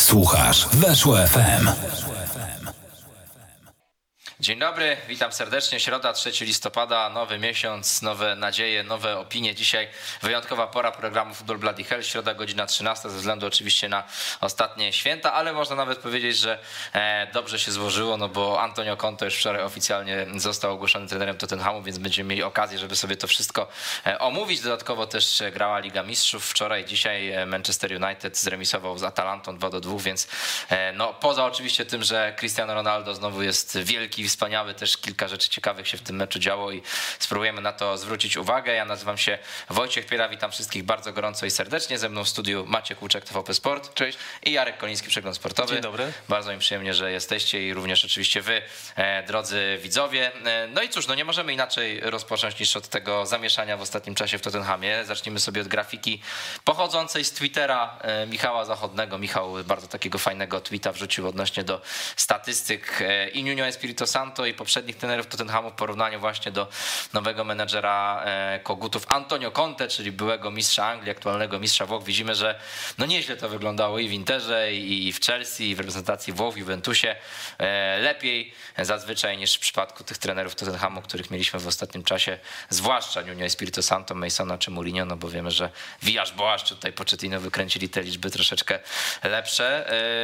Słuchasz Weszło FM. Dzień dobry, witam serdecznie. Środa, 3 listopada, nowy miesiąc, nowe nadzieje, nowe opinie. Dzisiaj wyjątkowa pora programu Football Bloody Hell. Środa, godzina 13, ze względu oczywiście na ostatnie święta, ale można nawet powiedzieć, że dobrze się złożyło, no bo Antonio Conte już wczoraj oficjalnie został ogłoszony trenerem Tottenhamu, więc będziemy mieli okazję, żeby sobie to wszystko omówić. Dodatkowo też grała Liga Mistrzów. Wczoraj, dzisiaj Manchester United zremisował z Atalantą 2-2, więc no poza oczywiście tym, że Cristiano Ronaldo znowu jest wielki, wspaniały, też kilka rzeczy ciekawych się w tym meczu działo i spróbujemy na to zwrócić uwagę. Ja nazywam się Wojciech Piera, witam wszystkich bardzo gorąco i serdecznie. Ze mną w studiu Maciek Łuczek, TVP Sport. Cześć. I Jarek Koliński, Przegląd Sportowy. Dzień dobry. Bardzo mi przyjemnie, że jesteście i również oczywiście wy, drodzy widzowie. No i cóż, no nie możemy inaczej rozpocząć niż od tego zamieszania w ostatnim czasie w Tottenhamie. Zacznijmy sobie od grafiki pochodzącej z Twittera Michała Zachodnego. Michał bardzo takiego fajnego tweeta wrzucił odnośnie do statystyk i Nuno Espirito Santo i poprzednich trenerów Tottenhamu w porównaniu właśnie do nowego menedżera Kogutów Antonio Conte, czyli byłego mistrza Anglii, aktualnego mistrza Włoch. Widzimy, że no nieźle to wyglądało i w Interze, i w Chelsea, i w reprezentacji Włoch, w Juventusie. Lepiej zazwyczaj niż w przypadku tych trenerów Tottenhamu, których mieliśmy w ostatnim czasie, zwłaszcza Nuno Espirito Santo, Masona czy Mourinho, no bo wiemy, że Villas-Boas czy tutaj Pochettino wykręcili te liczby troszeczkę lepsze.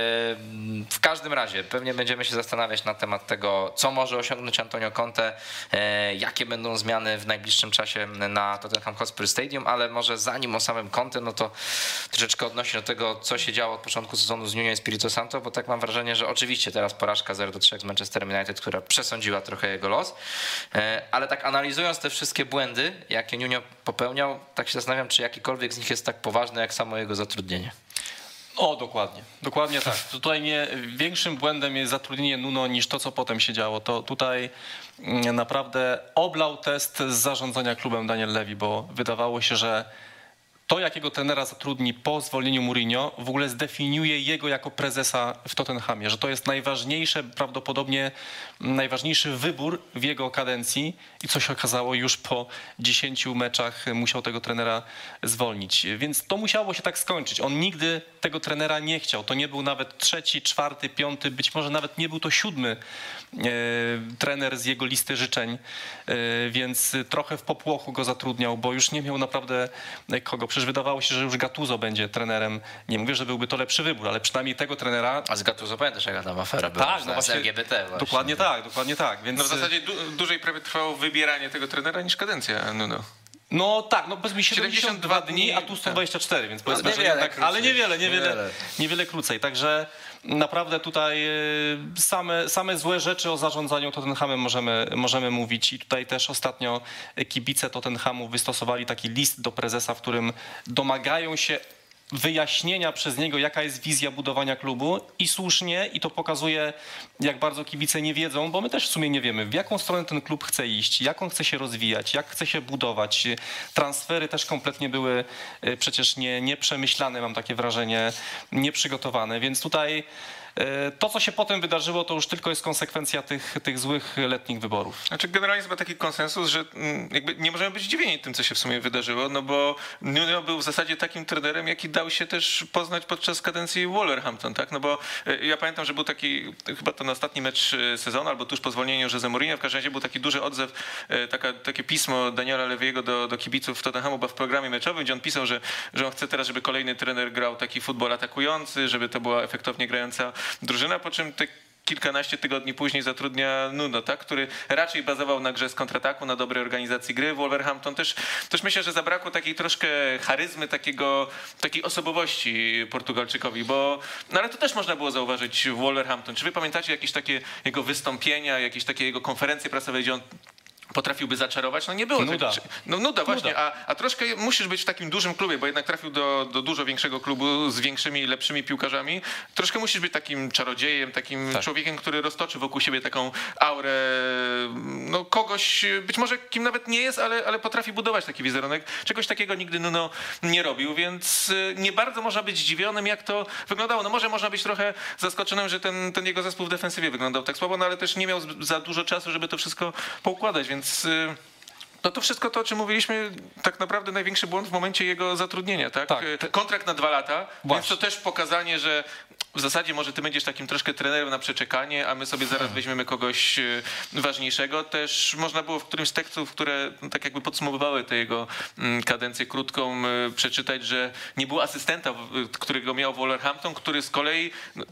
W każdym razie pewnie będziemy się zastanawiać na temat tego, co może osiągnąć Antonio Conte, jakie będą zmiany w najbliższym czasie na Tottenham Hotspur Stadium, ale może zanim o samym Conte, no to troszeczkę odnośnie do tego, co się działo od początku sezonu z Nuno Espirito Santo, bo tak mam wrażenie, że oczywiście teraz porażka 0-3 z Manchesterem United, która przesądziła trochę jego los, ale tak analizując te wszystkie błędy, jakie Nuno popełniał, tak się zastanawiam, czy jakikolwiek z nich jest tak poważny, jak samo jego zatrudnienie. O, dokładnie tak. Tutaj większym błędem jest zatrudnienie Nuno niż to, co potem się działo. To tutaj naprawdę oblał test z zarządzania klubem Daniel Levy, bo wydawało się, że to, jakiego trenera zatrudni po zwolnieniu Mourinho, w ogóle zdefiniuje jego jako prezesa w Tottenhamie, że to jest prawdopodobnie najważniejszy wybór w jego kadencji i co się okazało, już po 10 meczach musiał tego trenera zwolnić. Więc to musiało się tak skończyć. On nigdy tego trenera nie chciał. To nie był nawet 3., 4., 5., być może nawet nie był to 7. trener z jego listy życzeń, więc trochę w popłochu go zatrudniał, bo już nie miał naprawdę kogo. Przecież wydawało się, że już Gattuso będzie trenerem. Nie mówię, że byłby to lepszy wybór, ale przynajmniej tego trenera. A z Gattuso pamiętasz, jaka tam afera była? Tak, no właśnie, z LGBT właśnie. Dokładnie tak. Więc... No w zasadzie dłużej prawie trwało wybieranie tego trenera niż kadencja Nuno. No tak, no powiedzmy 72 dni, a tu 124, więc powiedzmy, niewiele, że jednak, krócej. ale niewiele krócej. Także naprawdę tutaj same złe rzeczy o zarządzaniu Tottenhamem możemy mówić i tutaj też ostatnio kibice Tottenhamu wystosowali taki list do prezesa, w którym domagają się wyjaśnienia przez niego, jaka jest wizja budowania klubu i słusznie, i to pokazuje, jak bardzo kibice nie wiedzą, bo my też w sumie nie wiemy, w jaką stronę ten klub chce iść, jak on chce się rozwijać, jak chce się budować. Transfery też kompletnie były przecież nieprzemyślane, mam takie wrażenie, nieprzygotowane, więc tutaj to, co się potem wydarzyło, to już tylko jest konsekwencja tych złych letnich wyborów. Znaczy generalnie jest chyba taki konsensus, że jakby nie możemy być zdziwieni tym, co się w sumie wydarzyło, no bo Nuno był w zasadzie takim trenerem, jaki dał się też poznać podczas kadencji Wolverhampton, tak? No bo ja pamiętam, że był taki, chyba to na ostatni mecz sezonu, albo tuż po zwolnieniu Jose Mourinho, w każdym razie był taki duży odzew, takie pismo Daniela Levy'ego do kibiców Tottenhamu, bo w programie meczowym, gdzie on pisał, że on chce teraz, żeby kolejny trener grał taki futbol atakujący, żeby to była efektownie grająca drużyna, po czym te kilkanaście tygodni później zatrudnia Nuno, tak, który raczej bazował na grze z kontrataku, na dobrej organizacji gry. Wolverhampton też myślę, że zabrakło takiej troszkę charyzmy, takiej osobowości Portugalczykowi, bo no ale to też można było zauważyć w Wolverhampton. Czy wy pamiętacie jakieś takie jego wystąpienia, jakieś takie jego konferencje prasowe, gdzie on potrafiłby zaczarować? No nie było. Nuda. Nuda właśnie, a troszkę musisz być w takim dużym klubie, bo jednak trafił do dużo większego klubu z większymi, lepszymi piłkarzami. Troszkę musisz być takim czarodziejem, takim człowiekiem, który roztoczy wokół siebie taką aurę, no kogoś, być może kim nawet nie jest, ale potrafi budować taki wizerunek. Czegoś takiego nigdy Nuno nie robił, więc nie bardzo można być zdziwionym, jak to wyglądało. No może można być trochę zaskoczonym, że ten jego zespół w defensywie wyglądał tak słabo, no ale też nie miał za dużo czasu, żeby to wszystko poukładać, więc No to wszystko to, o czym mówiliśmy, tak naprawdę największy błąd w momencie jego zatrudnienia, tak? Kontrakt na 2 lata, więc to też pokazanie, że w zasadzie może ty będziesz takim troszkę trenerem na przeczekanie, a my sobie zaraz weźmiemy kogoś ważniejszego. Też można było w którymś z tekstów, które tak jakby podsumowywały tę jego kadencję krótką, przeczytać, że nie było asystenta, którego miał Wolverhampton, który z kolei,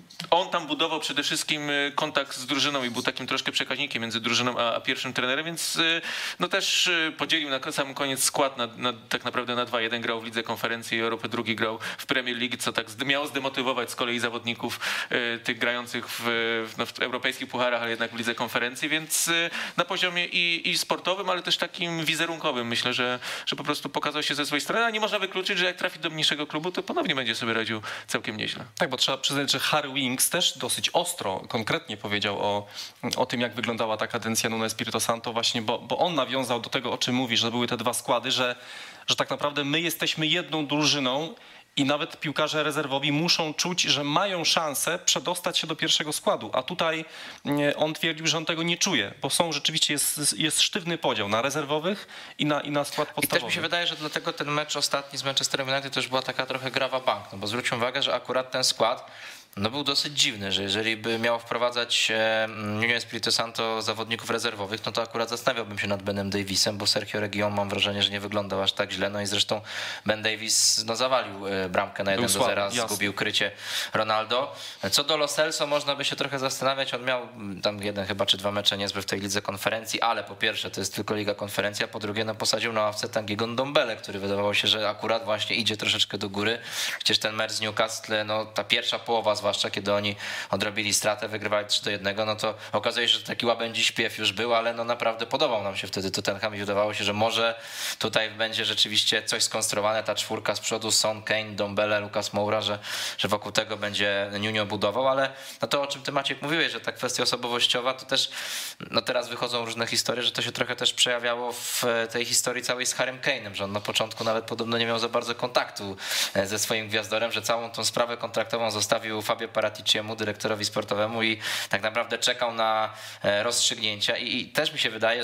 on tam budował przede wszystkim kontakt z drużyną i był takim troszkę przekaźnikiem między drużyną a pierwszym trenerem, więc no też podzielił na sam koniec skład tak naprawdę na 2-1. Grał w Lidze Konferencji Europy, drugi grał w Premier League, co tak miało zdemotywować z kolei zawodników tych grających w europejskich pucharach, ale jednak w Lidze Konferencji, więc na poziomie i sportowym, ale też takim wizerunkowym myślę, że po prostu pokazał się ze swojej strony, a nie można wykluczyć, że jak trafi do mniejszego klubu, to ponownie będzie sobie radził całkiem nieźle. Tak, bo trzeba przyznać, że Harry Winks też dosyć ostro, konkretnie powiedział o tym, jak wyglądała ta kadencja Nuno Espirito Santo właśnie, bo on nawiązał do tego, o czym mówisz, że były te 2 składy, że tak naprawdę my jesteśmy jedną drużyną i nawet piłkarze rezerwowi muszą czuć, że mają szansę przedostać się do pierwszego składu. A tutaj on twierdził, że on tego nie czuje, bo rzeczywiście jest sztywny podział na rezerwowych i na skład podstawowy. I też mi się wydaje, że dlatego ten mecz ostatni z Manchesterem United też była taka trochę gra w bank, no bo zwróćmy uwagę, że akurat ten skład był dosyć dziwny, że jeżeli by miało wprowadzać Nuno Espirito Santo zawodników rezerwowych, no to akurat zastanawiałbym się nad Benem Davisem, bo Sergio Reguilón mam wrażenie, że nie wyglądał aż tak źle, no i zresztą Ben Davis zawalił bramkę na 1-0, zgubił krycie Ronaldo. Co do Lo Celso można by się trochę zastanawiać, on miał tam 1 chyba czy 2 mecze niezłe w tej Lidze Konferencji, ale po pierwsze to jest tylko Liga Konferencji, a po drugie posadził na ławce Tanguiego Ndombele, który wydawało się, że akurat właśnie idzie troszeczkę do góry. Przecież ten mecz z Newcastle, ta pierwsza połowa zwłaszcza kiedy oni odrobili stratę, wygrywali 3-1, no to okazuje się, że taki łabędzi śpiew już był, ale naprawdę podobał nam się wtedy Tottenham i wydawało się, że może tutaj będzie rzeczywiście coś skonstruowane, ta 4 z przodu, Son, Kane, Ndombele, Lucas Moura, że wokół tego będzie Nuno budował, ale to, o czym ty, Maciek, mówiłeś, że ta kwestia osobowościowa, to też teraz wychodzą różne historie, że to się trochę też przejawiało w tej historii całej z Harrym Kane'em, że on na początku nawet podobno nie miał za bardzo kontaktu ze swoim gwiazdorem, że całą tą sprawę kontraktową zostawił Fabio Paraticiemu, dyrektorowi sportowemu i tak naprawdę czekał na rozstrzygnięcia i też mi się wydaje,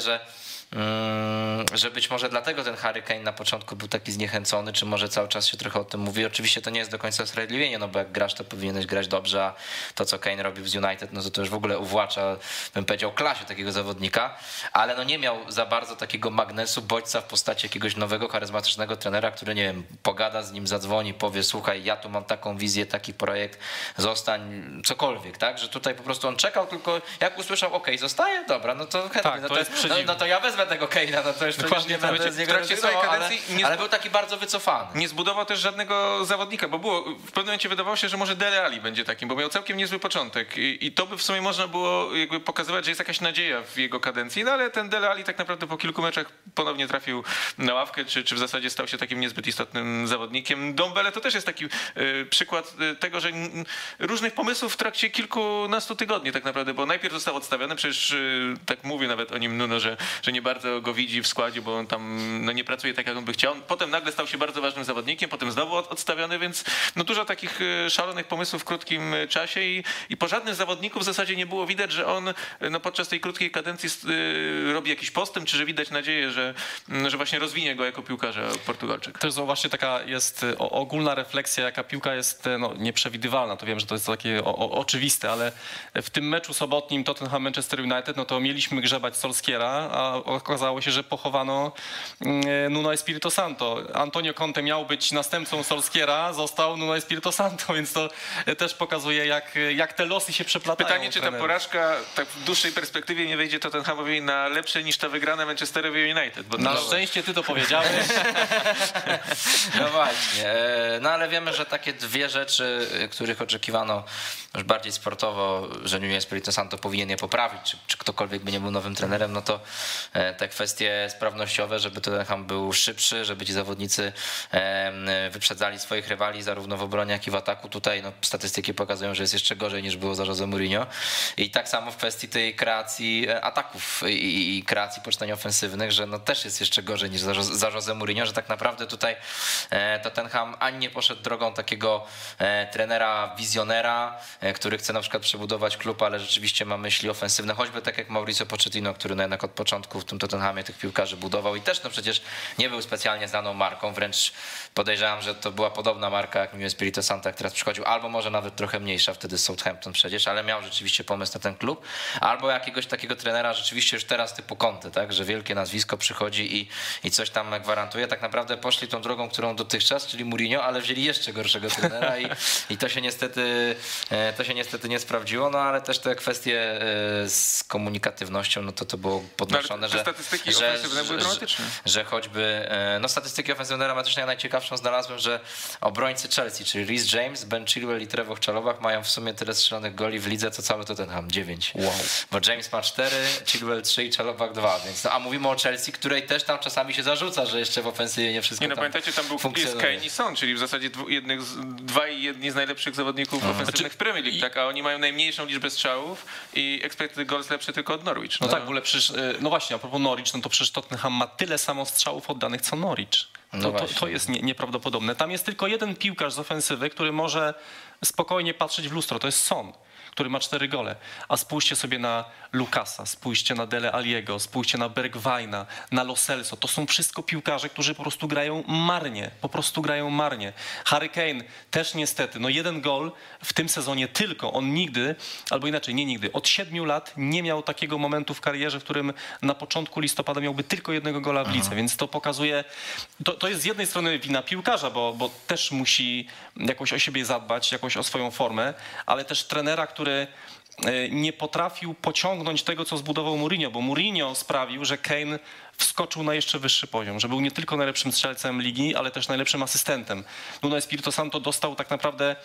że być może dlatego ten Harry Kane na początku był taki zniechęcony, czy może cały czas się trochę o tym mówi. Oczywiście to nie jest do końca usprawiedliwienie, bo jak grasz, to powinieneś grać dobrze, a to, co Kane robił z United, to już w ogóle uwłacza, bym powiedział, klasie takiego zawodnika, ale nie miał za bardzo takiego magnesu, bodźca w postaci jakiegoś nowego, charyzmatycznego trenera, który, nie wiem, pogada z nim, zadzwoni, powie, słuchaj, ja tu mam taką wizję, taki projekt, zostań, cokolwiek, tak? Że tutaj po prostu on czekał, tylko jak usłyszał, okej, zostaje? Dobra, no to chętnie, tak, to ja wezmę tego Kane'a, to jeszcze nie będę z niego rezygnował, ale był taki bardzo wycofany. Nie zbudował też żadnego zawodnika, bo w pewnym momencie wydawało się, że może Dele Alli będzie takim, bo miał całkiem niezły początek i to by w sumie można było jakby pokazywać, że jest jakaś nadzieja w jego kadencji, no ale ten Dele Alli tak naprawdę po kilku meczach ponownie trafił na ławkę, czy w zasadzie stał się takim niezbyt istotnym zawodnikiem. Ndombele to też jest taki przykład tego, że różnych pomysłów w trakcie kilkunastu tygodni tak naprawdę, bo najpierw został odstawiony, przecież tak mówi nawet o nim Nuno, że nie bardzo go widzi w składzie, bo on tam nie pracuje tak, jak on by chciał. Potem nagle stał się bardzo ważnym zawodnikiem, potem znowu odstawiony, więc dużo takich szalonych pomysłów w krótkim czasie i po żadnym zawodniku w zasadzie nie było widać, że on podczas tej krótkiej kadencji robi jakiś postęp, czy że widać nadzieję, że właśnie rozwinie go jako piłkarza Portugalczyk. To jest właśnie taka jest ogólna refleksja, jaka piłka jest nieprzewidywalna. To wiem, że to jest takie oczywiste, ale w tym meczu sobotnim Tottenham-Manchester United, to mieliśmy grzebać Solskiera, a okazało się, że pochowano Nuno Espirito Santo. Antonio Conte miał być następcą Solskiera, został Nuno Espirito Santo, więc to też pokazuje, jak te losy się przeplatają. Pytanie, czy ta porażka tak w dłuższej perspektywie nie wejdzie Tottenhamowi na lepsze niż ta wygrana Manchesterowi United. Bo na szczęście ty to powiedziałeś. No właśnie. No ale wiemy, że takie 2 rzeczy, których oczekiwano już bardziej sportowo, że Nuno Espirito Santo powinien je poprawić, czy ktokolwiek by nie był nowym trenerem, no to te kwestie sprawnościowe, żeby Tottenham był szybszy, żeby ci zawodnicy wyprzedzali swoich rywali zarówno w obronie, jak i w ataku. Tutaj statystyki pokazują, że jest jeszcze gorzej niż było za Jose Mourinho. I tak samo w kwestii tej kreacji ataków i kreacji poczynań ofensywnych, że też jest jeszcze gorzej niż za Jose Mourinho, że tak naprawdę tutaj Tottenham ani nie poszedł drogą takiego trenera wizjonera, który chce na przykład przebudować klub, ale rzeczywiście ma myśli ofensywne, choćby tak jak Mauricio Pochettino, który jednak od początku tym Tottenhamie tych piłkarzy budował i też no przecież nie był specjalnie znaną marką, wręcz podejrzewam, że to była podobna marka jak Nuno Espirito Santo, jak teraz przychodził, albo może nawet trochę mniejsza wtedy z Southampton przecież, ale miał rzeczywiście pomysł na ten klub, albo jakiegoś takiego trenera rzeczywiście już teraz typu Conte, tak, że wielkie nazwisko przychodzi i coś tam gwarantuje. Tak naprawdę poszli tą drogą, którą dotychczas, czyli Mourinho, ale wzięli jeszcze gorszego trenera i to się niestety nie sprawdziło, no ale też te kwestie z komunikatywnością, no to było podnoszone, że statystyki ofensywne były dramatyczne. Że choćby, no statystyki ofensywne dramatyczne, ja najciekawszą znalazłem, że obrońcy Chelsea, czyli Reece James, Ben Chilwell i Trevoh Chalobah mają w sumie tyle strzelonych goli w lidze, co cały Tottenham, 9. Wow. Bo James ma 4, Chilwell 3 i Chalobah 2, więc no, a mówimy o Chelsea, której też tam czasami się zarzuca, że jeszcze w ofensywie nie wszystko tam pamiętacie, tam był Kane i Son, czyli w zasadzie jedni z najlepszych zawodników ofensywnych w Premier League, tak, a oni mają najmniejszą liczbę strzałów i expected goals lepszy tylko od Norwich. No tak, w ogóle przecież, no właśnie, a propos Norwich, no to przecież Tottenham ma tyle samo strzałów oddanych co Norwich. To jest nieprawdopodobne. Tam jest tylko jeden piłkarz z ofensywy, który może spokojnie patrzeć w lustro, to jest Son, który ma 4 gole. A spójrzcie sobie na Lucasa, spójrzcie na Dele Alliego, spójrzcie na Bergwijna, na Lo Celso. To są wszystko piłkarze, którzy po prostu grają marnie. Harry Kane też niestety, no 1 gol w tym sezonie tylko. On nigdy, albo inaczej, nie nigdy, od 7 lat nie miał takiego momentu w karierze, w którym na początku listopada miałby tylko 1 gola w lidze. Więc to pokazuje, to jest z jednej strony wina piłkarza, bo też musi jakoś o siebie zadbać, jakoś o swoją formę, ale też trenera, który nie potrafił pociągnąć tego, co zbudował Mourinho, bo Mourinho sprawił, że Kane wskoczył na jeszcze wyższy poziom, że był nie tylko najlepszym strzelcem ligi, ale też najlepszym asystentem. Nuno Espirito Santo dostał tak naprawdę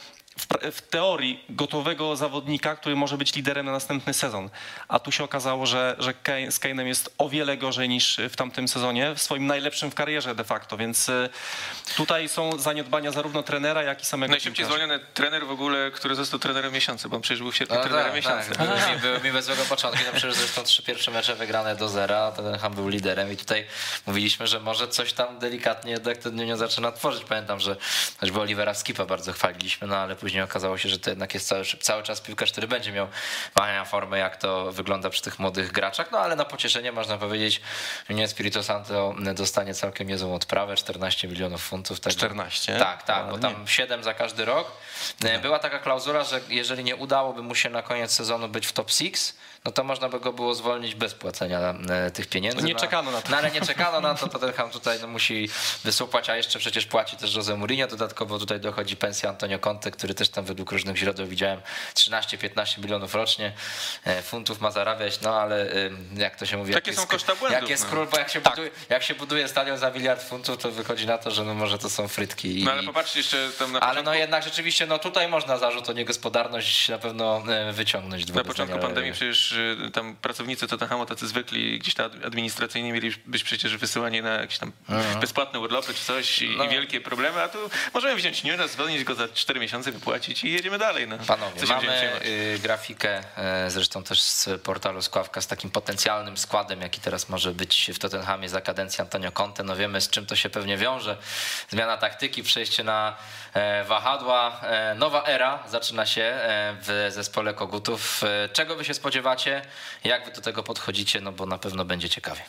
w teorii gotowego zawodnika, który może być liderem na następny sezon. A tu się okazało, że z Kane'em jest o wiele gorzej niż w tamtym sezonie, w swoim najlepszym w karierze de facto, więc tutaj są zaniedbania zarówno trenera, jak i samego najszybciej zwolniony trener w ogóle, który został trenerem miesiąca, bo on przecież był w sierpniu trenerem miesiąca. Tak. Były mi bez złego początku, no przecież zresztą 3 pierwsze mecze wygrane do 0, Tottenham był liderem i tutaj mówiliśmy, że może coś tam delikatnie jednak ten Nuno zaczyna tworzyć. Pamiętam, że choćby Olivera Skipa bardzo chwaliliśmy, no ale później okazało się, że to jednak jest cały czas piłkarz, który będzie miał formę, jak to wygląda przy tych młodych graczach, no ale na pocieszenie można powiedzieć, Nuno Espirito Santo dostanie całkiem niezłą odprawę, 14 milionów funtów. Tak, 14? Tak, bo tam 7 za każdy rok. Była taka klauzula, że jeżeli nie udałoby mu się na koniec sezonu być w top 6, no to można by go było zwolnić bez płacenia tych pieniędzy. Nie czekano na to. No ale nie czekano na to, Tottenham tutaj musi wysłupać, a jeszcze przecież płaci też Jose Mourinho, dodatkowo tutaj dochodzi pensja Antonio Conte, który też tam według różnych źródeł widziałem 13-15 milionów rocznie funtów ma zarabiać, no ale jak to się mówi... Takie są koszta błędów. Jak jest król, bo jak się buduje stadion za 1 miliard funtów, to wychodzi na to, że no może to są frytki. No ale popatrzcie jeszcze tam na początku... Ale no jednak rzeczywiście, no tutaj można zarzut o niegospodarność na pewno wyciągnąć. Na początku pandemii przecież tam pracownicy Tottenhamu tacy zwykli, gdzieś tam administracyjnie mieli być przecież wysyłani na jakieś tam bezpłatne urlopy czy coś i wielkie problemy, a tu możemy wziąć Nuno, zwolnić go za 4 miesiące, wypłacić i jedziemy dalej. No. Panowie, mamy grafikę zresztą też z portalu Skławka z takim potencjalnym składem, jaki teraz może być w Tottenhamie za kadencji Antonio Conte. No wiemy, z czym to się pewnie wiąże. Zmiana taktyki, przejście na wahadła. Nowa era zaczyna się w zespole Kogutów. Czego wy się spodziewacie? Jak wy do tego podchodzicie? No bo na pewno będzie ciekawie.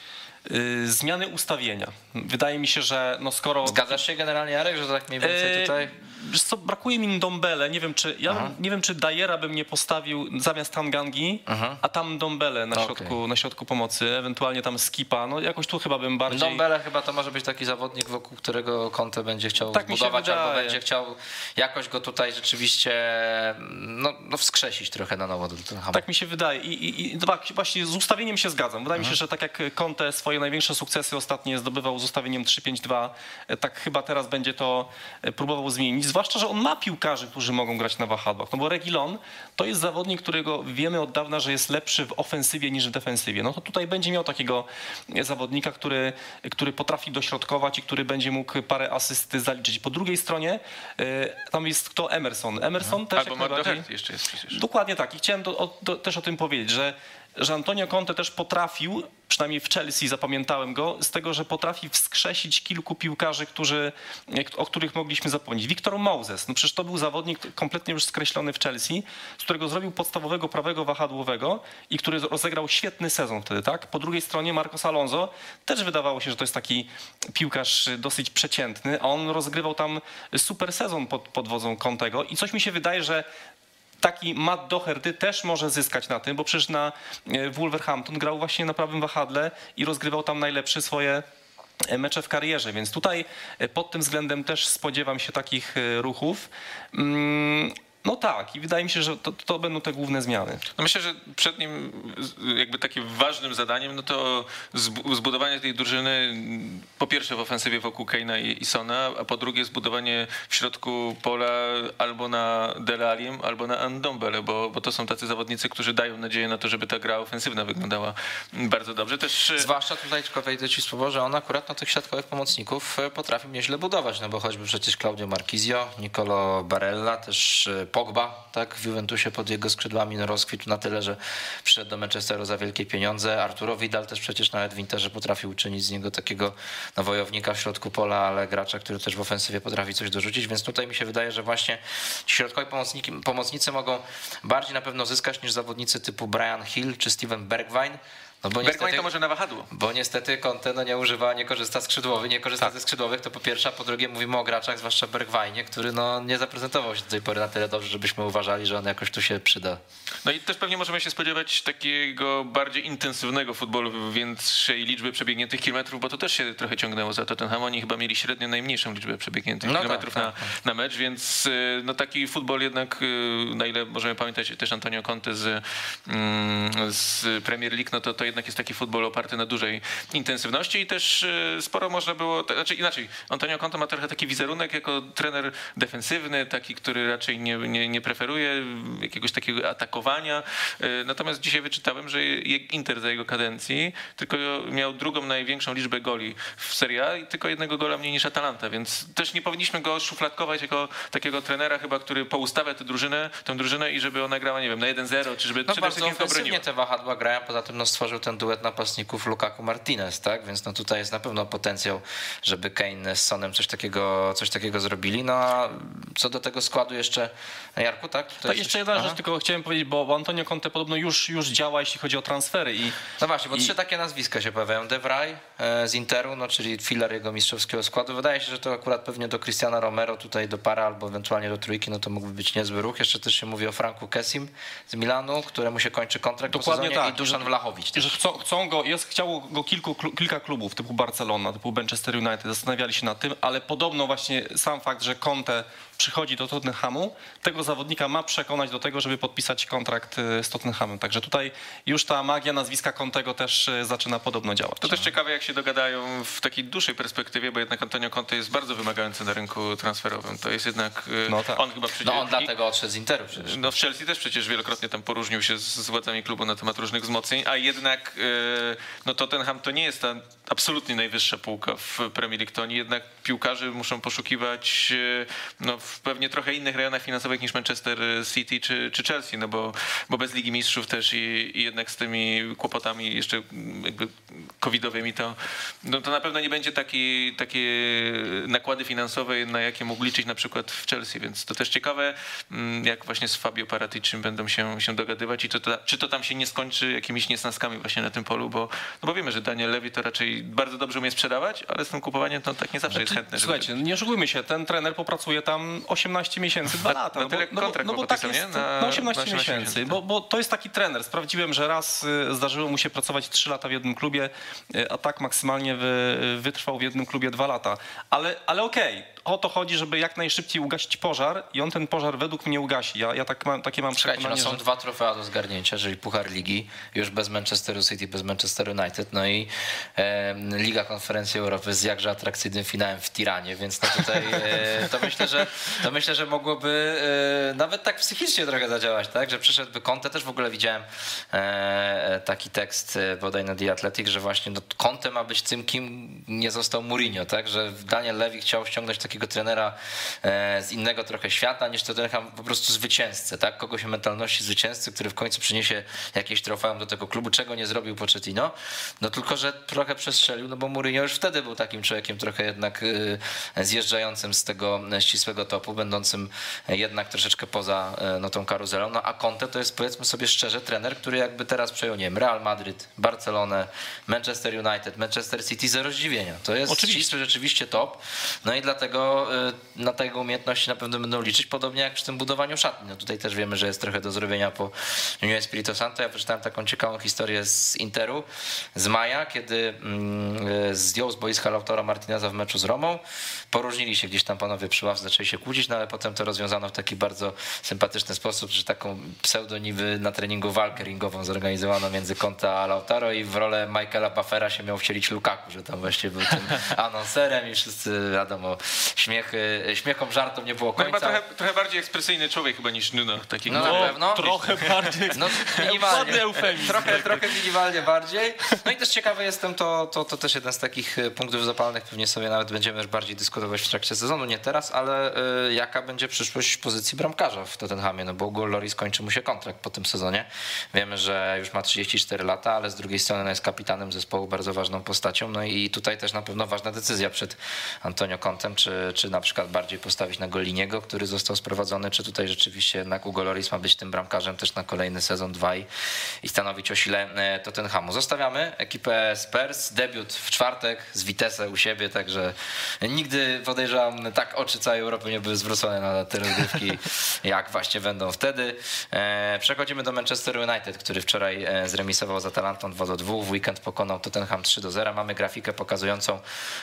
Zmiany ustawienia. Wydaje mi się, że no skoro... Zgadzasz się generalnie, Jarek, że tak mniej więcej tutaj... Wiesz co, brakuje mi Ndombele. Nie wiem, czy Dajera bym nie postawił zamiast Tangangi, a tam Ndombele na środku pomocy, ewentualnie tam Skipa. No jakoś tu chyba bym bardziej... Ndombele chyba to może być taki zawodnik, wokół którego Conte będzie chciał zbudować, albo będzie chciał jakoś go tutaj rzeczywiście no wskrzesić trochę na nowo do Tottenhamu. Tak mi się wydaje. I właśnie z ustawieniem się zgadzam. Wydaje mi się, że tak jak Conte swoje największe sukcesy ostatnio zdobywał z ustawieniem 3-5-2, tak chyba teraz będzie to próbował zmienić. Zwłaszcza, że on ma piłkarzy, którzy mogą grać na wahadłach. No bo Reguilon to jest zawodnik, którego wiemy od dawna, że jest lepszy w ofensywie niż w defensywie. No to tutaj będzie miał takiego zawodnika, który potrafi dośrodkować i który będzie mógł parę asyst zaliczyć. Po drugiej stronie tam jest kto? Emerson. Emerson też albo Matt Doherty jeszcze przecież. Dokładnie tak. I chciałem też o tym powiedzieć, że Antonio Conte też potrafił, przynajmniej w Chelsea zapamiętałem go, z tego, że potrafi wskrzesić kilku piłkarzy, o których mogliśmy zapomnieć. Victor Moses, no przecież to był zawodnik kompletnie już skreślony w Chelsea, z którego zrobił podstawowego prawego wahadłowego i który rozegrał świetny sezon wtedy, tak? Po drugiej stronie Marcos Alonso, też wydawało się, że to jest taki piłkarz dosyć przeciętny, a on rozgrywał tam super sezon pod wodzą Contego i coś mi się wydaje, że taki Matt Doherty też może zyskać na tym, bo przecież w Wolverhampton grał właśnie na prawym wahadle i rozgrywał tam najlepsze swoje mecze w karierze, więc tutaj pod tym względem też spodziewam się takich ruchów. No tak, i wydaje mi się, że to będą te główne zmiany. No myślę, że przed nim jakby takim ważnym zadaniem, no to zbudowanie tej drużyny po pierwsze w ofensywie wokół Kane'a i Sona, a po drugie zbudowanie w środku pola albo na Dele Alliem, albo na Ndombele, bo to są tacy zawodnicy, którzy dają nadzieję na to, żeby ta gra ofensywna wyglądała bardzo dobrze. Też... Zwłaszcza tutaj tylko wejdę ci słowo, że on akurat na tych środkowych pomocników potrafi nieźle budować, no bo choćby przecież Claudio Marquisio, Nicolo Barella, też Pogba, tak, w Juventusie pod jego skrzydłami rozkwitł na tyle, że przyszedł do Manchesteru za wielkie pieniądze. Arturo Vidal też przecież nawet w Interze potrafił uczynić z niego takiego wojownika w środku pola, ale gracza, który też w ofensywie potrafi coś dorzucić, więc tutaj mi się wydaje, że właśnie ci środkowi pomocnicy mogą bardziej na pewno zyskać niż zawodnicy typu Brian Hill czy Steven Bergwijn. No bo Bergwijn to może na wahadło. Bo niestety Conte nie korzysta ze skrzydłowych, to po pierwsze, a po drugie mówimy o graczach, zwłaszcza Bergwijnie, który nie zaprezentował się do tej pory na tyle dobrze, żebyśmy uważali, że on jakoś tu się przyda. No i też pewnie możemy się spodziewać takiego bardziej intensywnego futbolu, większej liczby przebiegniętych kilometrów, bo to też się trochę ciągnęło za Tottenham. Oni chyba mieli średnio najmniejszą liczbę przebiegniętych kilometrów na mecz, więc no taki futbol jednak, na ile możemy pamiętać też Antonio Conte z Premier League, no to jednak jest taki futbol oparty na dużej intensywności i też sporo można było, znaczy inaczej, Antonio Conte ma trochę taki wizerunek jako trener defensywny, taki, który raczej nie preferuje jakiegoś takiego atakowania, natomiast dzisiaj wyczytałem, że Inter za jego kadencji tylko miał drugą największą liczbę goli w Serie A i tylko jednego gola mniej niż Atalanta, więc też nie powinniśmy go szufladkować jako takiego trenera chyba, który poustawia tę drużynę i żeby ona grała, nie wiem, na 1-0, czy żeby przede wszystkim to broniła. Te wahadła grają, poza tym stworzył ten duet napastników Lukaku Martinez, tak? Więc tutaj jest na pewno potencjał, żeby Kane z Sonem coś takiego zrobili. No a co do tego składu jeszcze, Jarku, tak? Tak, jeszcze jedna rzecz tylko chciałem powiedzieć, bo Antonio Conte podobno już działa, jeśli chodzi o transfery. No właśnie, bo trzy takie nazwiska się pojawiają. De Vrij z Interu, czyli filar jego mistrzowskiego składu. Wydaje się, że to akurat pewnie do Cristiana Romero, tutaj do para albo ewentualnie do trójki, no to mógłby być niezły ruch. Jeszcze też się mówi o Franku Kessim z Milanu, któremu się kończy kontrakt dokładnie po sezonie, tak, i Dusan Vlahovic. Że chciało go kilka klubów typu Barcelona, typu Manchester United, zastanawiali się nad tym, ale podobno właśnie sam fakt, że Conte przychodzi do Tottenhamu, tego zawodnika ma przekonać do tego, żeby podpisać kontrakt z Tottenhamem. Także tutaj już ta magia nazwiska Contego też zaczyna podobno działać. To też ciekawe, jak się dogadają w takiej dłuższej perspektywie, bo jednak Antonio Conte jest bardzo wymagający na rynku transferowym. To jest jednak... on chyba przecież... No on dlatego odszedł z Interu przecież. No w Chelsea też przecież wielokrotnie tam poróżnił się z władzami klubu na temat różnych wzmocnień, a jednak Tottenham to nie jest ta absolutnie najwyższa półka w Premier League. To oni jednak piłkarzy muszą poszukiwać w pewnie trochę innych rejonach finansowych niż Manchester City czy Chelsea, no bo bez Ligi Mistrzów też i jednak z tymi kłopotami jeszcze jakby covidowymi to na pewno nie będzie takie nakłady finansowe, na jakie mógł liczyć na przykład w Chelsea, więc to też ciekawe, jak właśnie z Fabio Paraticim będą się dogadywać i czy to tam się nie skończy jakimiś niesnaskami właśnie na tym polu, bo wiemy, że Daniel Levy to raczej bardzo dobrze umie sprzedawać, ale z tym kupowaniem to tak nie zawsze jest chętny. Słuchajcie, nie oszukujmy się, ten trener popracuje tam 18 miesięcy, 2 lata. Na tyle kontrakt bo tak jest, na 18 miesięcy. Bo to jest taki trener. Sprawdziłem, że raz zdarzyło mu się pracować 3 lata w jednym klubie, a tak maksymalnie wytrwał w jednym klubie 2 lata. Ale okej. O to chodzi, żeby jak najszybciej ugasić pożar i on ten pożar według mnie ugasi. Ja takie mam przekonanie, są 2 trofea do zgarnięcia, czyli Puchar Ligi, już bez Manchesteru City, bez Manchester United, no i Liga Konferencji Europy z jakże atrakcyjnym finałem w Tiranie, więc tutaj to myślę, że to myślę, że mogłoby nawet tak psychicznie trochę zadziałać, tak? Że przyszedłby Conte. Też w ogóle widziałem taki tekst bodaj na The Athletic, że właśnie Conte ma być tym, kim nie został Mourinho, tak? Że Daniel Levy chciał ściągnąć takiego trenera z innego trochę świata niż Tottenham, po prostu zwycięzcę, tak? Kogoś o mentalności zwycięzcy, który w końcu przyniesie jakieś trofeum do tego klubu, czego nie zrobił Pochettino. No tylko, że trochę przestrzelił, no bo Mourinho już wtedy był takim człowiekiem trochę jednak zjeżdżającym z tego ścisłego topu, będącym jednak troszeczkę poza tą karuzelą. No a Conte to jest, powiedzmy sobie szczerze, trener, który jakby teraz przejął, nie wiem, Real Madryt, Barcelonę, Manchester United, Manchester City, zero zdziwienia. To jest ścisły rzeczywiście top. No i dlatego na tego umiejętności na pewno będą liczyć, podobnie jak przy tym budowaniu szatni. No tutaj też wiemy, że jest trochę do zrobienia po Nuno Espirito Santo. Ja przeczytałem taką ciekawą historię z Interu z maja, kiedy zdjął z boiska Lautaro Martineza w meczu z Romą. Poróżnili się gdzieś tam panowie przy ławce, zaczęli się kłócić, no ale potem to rozwiązano w taki bardzo sympatyczny sposób, że taką pseudoniby na treningu walkę ringową zorganizowano między Conte a Lautaro i w rolę Michaela Buffera się miał wcielić Lukaku, że tam właśnie był tym anonserem i wszyscy, wiadomo, śmiechom, żartom nie było końca. No chyba trochę bardziej ekspresyjny człowiek chyba niż Nuno. Taki no na pewno. Trochę bardziej. No minimalnie. Eufemizm. Trochę minimalnie bardziej. No i też ciekawy jestem, to też jeden z takich punktów zapalnych, pewnie sobie nawet będziemy już bardziej dyskutować w trakcie sezonu, nie teraz, ale jaka będzie przyszłość pozycji bramkarza w Tottenhamie, no bo Hugo Lloris kończy mu się kontrakt po tym sezonie. Wiemy, że już ma 34 lata, ale z drugiej strony jest kapitanem zespołu, bardzo ważną postacią, no i tutaj też na pewno ważna decyzja przed Antonio Contem, czy na przykład bardziej postawić na Goliniego, który został sprowadzony, czy tutaj rzeczywiście jednak Hugo Lloris ma być tym bramkarzem też na kolejny sezon 2 i stanowić o sile Tottenhamu. Zostawiamy ekipę Spurs, debiut w czwartek z Vitesse u siebie, także nigdy podejrzewam tak oczy całej Europy nie były zwrócone na te rozgrywki jak właśnie będą wtedy. Przechodzimy do Manchester United, który wczoraj zremisował z Atalantą 2-2, w weekend pokonał Tottenham 3-0. Mamy grafikę pokazującą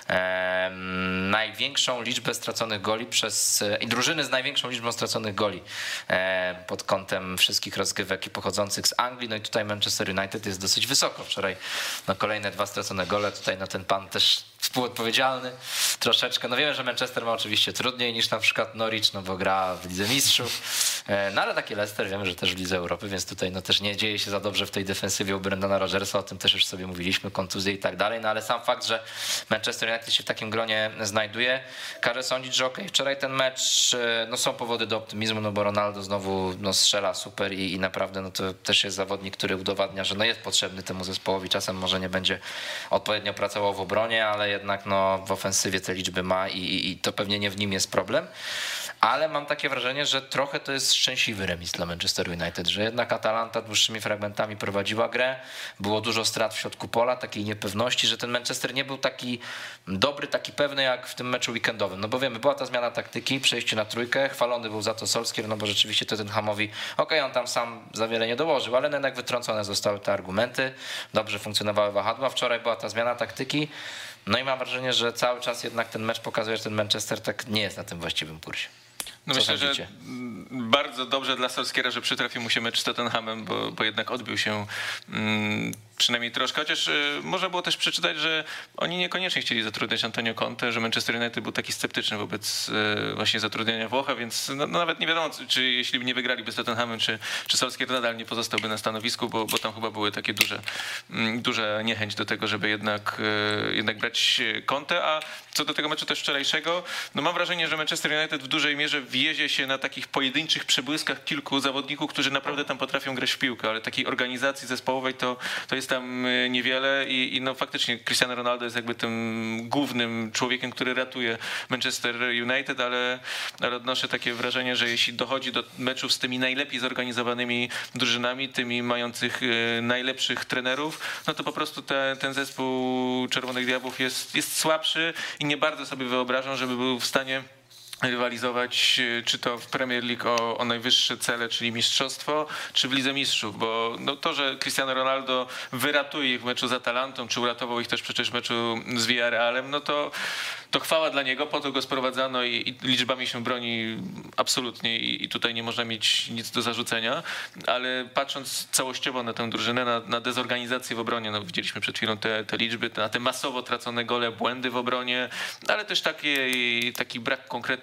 największą liczbę straconych goli przez drużyny z największą liczbą straconych goli pod kątem wszystkich rozgrywek pochodzących z Anglii. No i tutaj Manchester United jest dosyć wysoko. Wczoraj kolejne 2 stracone gole. Tutaj ten pan też współodpowiedzialny troszeczkę. No wiemy, że Manchester ma oczywiście trudniej niż na przykład Norwich, no bo gra w Lidze Mistrzów. No ale taki Leicester wiemy, że też w Lidze Europy, więc tutaj no też nie dzieje się za dobrze w tej defensywie u Brendana Rodgersa. O tym też już sobie mówiliśmy, kontuzje i tak dalej. No ale sam fakt, że Manchester United się w takim gronie znajduje, każe sądzić, że wczoraj ten mecz, no są powody do optymizmu, no bo Ronaldo znowu strzela super i naprawdę no to też jest zawodnik, który udowadnia, że no jest potrzebny temu zespołowi. Czasem może nie będzie odpowiednio pracował w obronie, ale jednak no w ofensywie te liczby ma i to pewnie nie w nim jest problem. Ale mam takie wrażenie, że trochę to jest szczęśliwy remis dla Manchester United, że jednak Atalanta dłuższymi fragmentami prowadziła grę, było dużo strat w środku pola, takiej niepewności, że ten Manchester nie był taki dobry, taki pewny jak w tym meczu weekendowym. No bo wiemy, była ta zmiana taktyki, przejście na trójkę, chwalony był za to Solskjaer, no bo rzeczywiście Tottenhamowi, on tam sam za wiele nie dołożył, ale jednak wytrącone zostały te argumenty, dobrze funkcjonowały wahadła. Wczoraj była ta zmiana taktyki, no i mam wrażenie, że cały czas jednak ten mecz pokazuje, że ten Manchester tak nie jest na tym właściwym kursie. No myślę, że bardzo dobrze dla Solskjaera, że przytrafił mu się mecz z Tottenhamem, bo jednak odbił się przynajmniej troszkę, chociaż można było też przeczytać, że oni niekoniecznie chcieli zatrudniać Antonio Conte, że Manchester United był taki sceptyczny wobec właśnie zatrudniania Włocha, więc no nawet nie wiadomo, czy jeśli by nie wygraliby z Tottenhamem, czy Solskjaer nadal nie pozostałby na stanowisku, bo tam chyba były takie duże niechęć do tego, żeby jednak brać Conte, a co do tego meczu też wczorajszego, no mam wrażenie, że Manchester United w dużej mierze wiezie się na takich pojedynczych przebłyskach kilku zawodników, którzy naprawdę tam potrafią grać w piłkę, ale takiej organizacji zespołowej to jest tam niewiele i no faktycznie Cristiano Ronaldo jest jakby tym głównym człowiekiem, który ratuje Manchester United, ale odnoszę takie wrażenie, że jeśli dochodzi do meczów z tymi najlepiej zorganizowanymi drużynami, tymi mających najlepszych trenerów, no to po prostu ten zespół Czerwonych Diabłów jest słabszy i nie bardzo sobie wyobrażam, żeby był w stanie rywalizować czy to w Premier League o najwyższe cele, czyli mistrzostwo, czy w Lidze Mistrzów, bo no to, że Cristiano Ronaldo wyratuje ich w meczu z Atalantą, czy uratował ich też przecież w meczu z Villarrealem, no to chwała dla niego, po to go sprowadzano i liczbami się broni absolutnie i tutaj nie można mieć nic do zarzucenia, ale patrząc całościowo na tę drużynę, na dezorganizację w obronie, no widzieliśmy przed chwilą te liczby, na te masowo tracone gole, błędy w obronie, ale też taki brak konkretów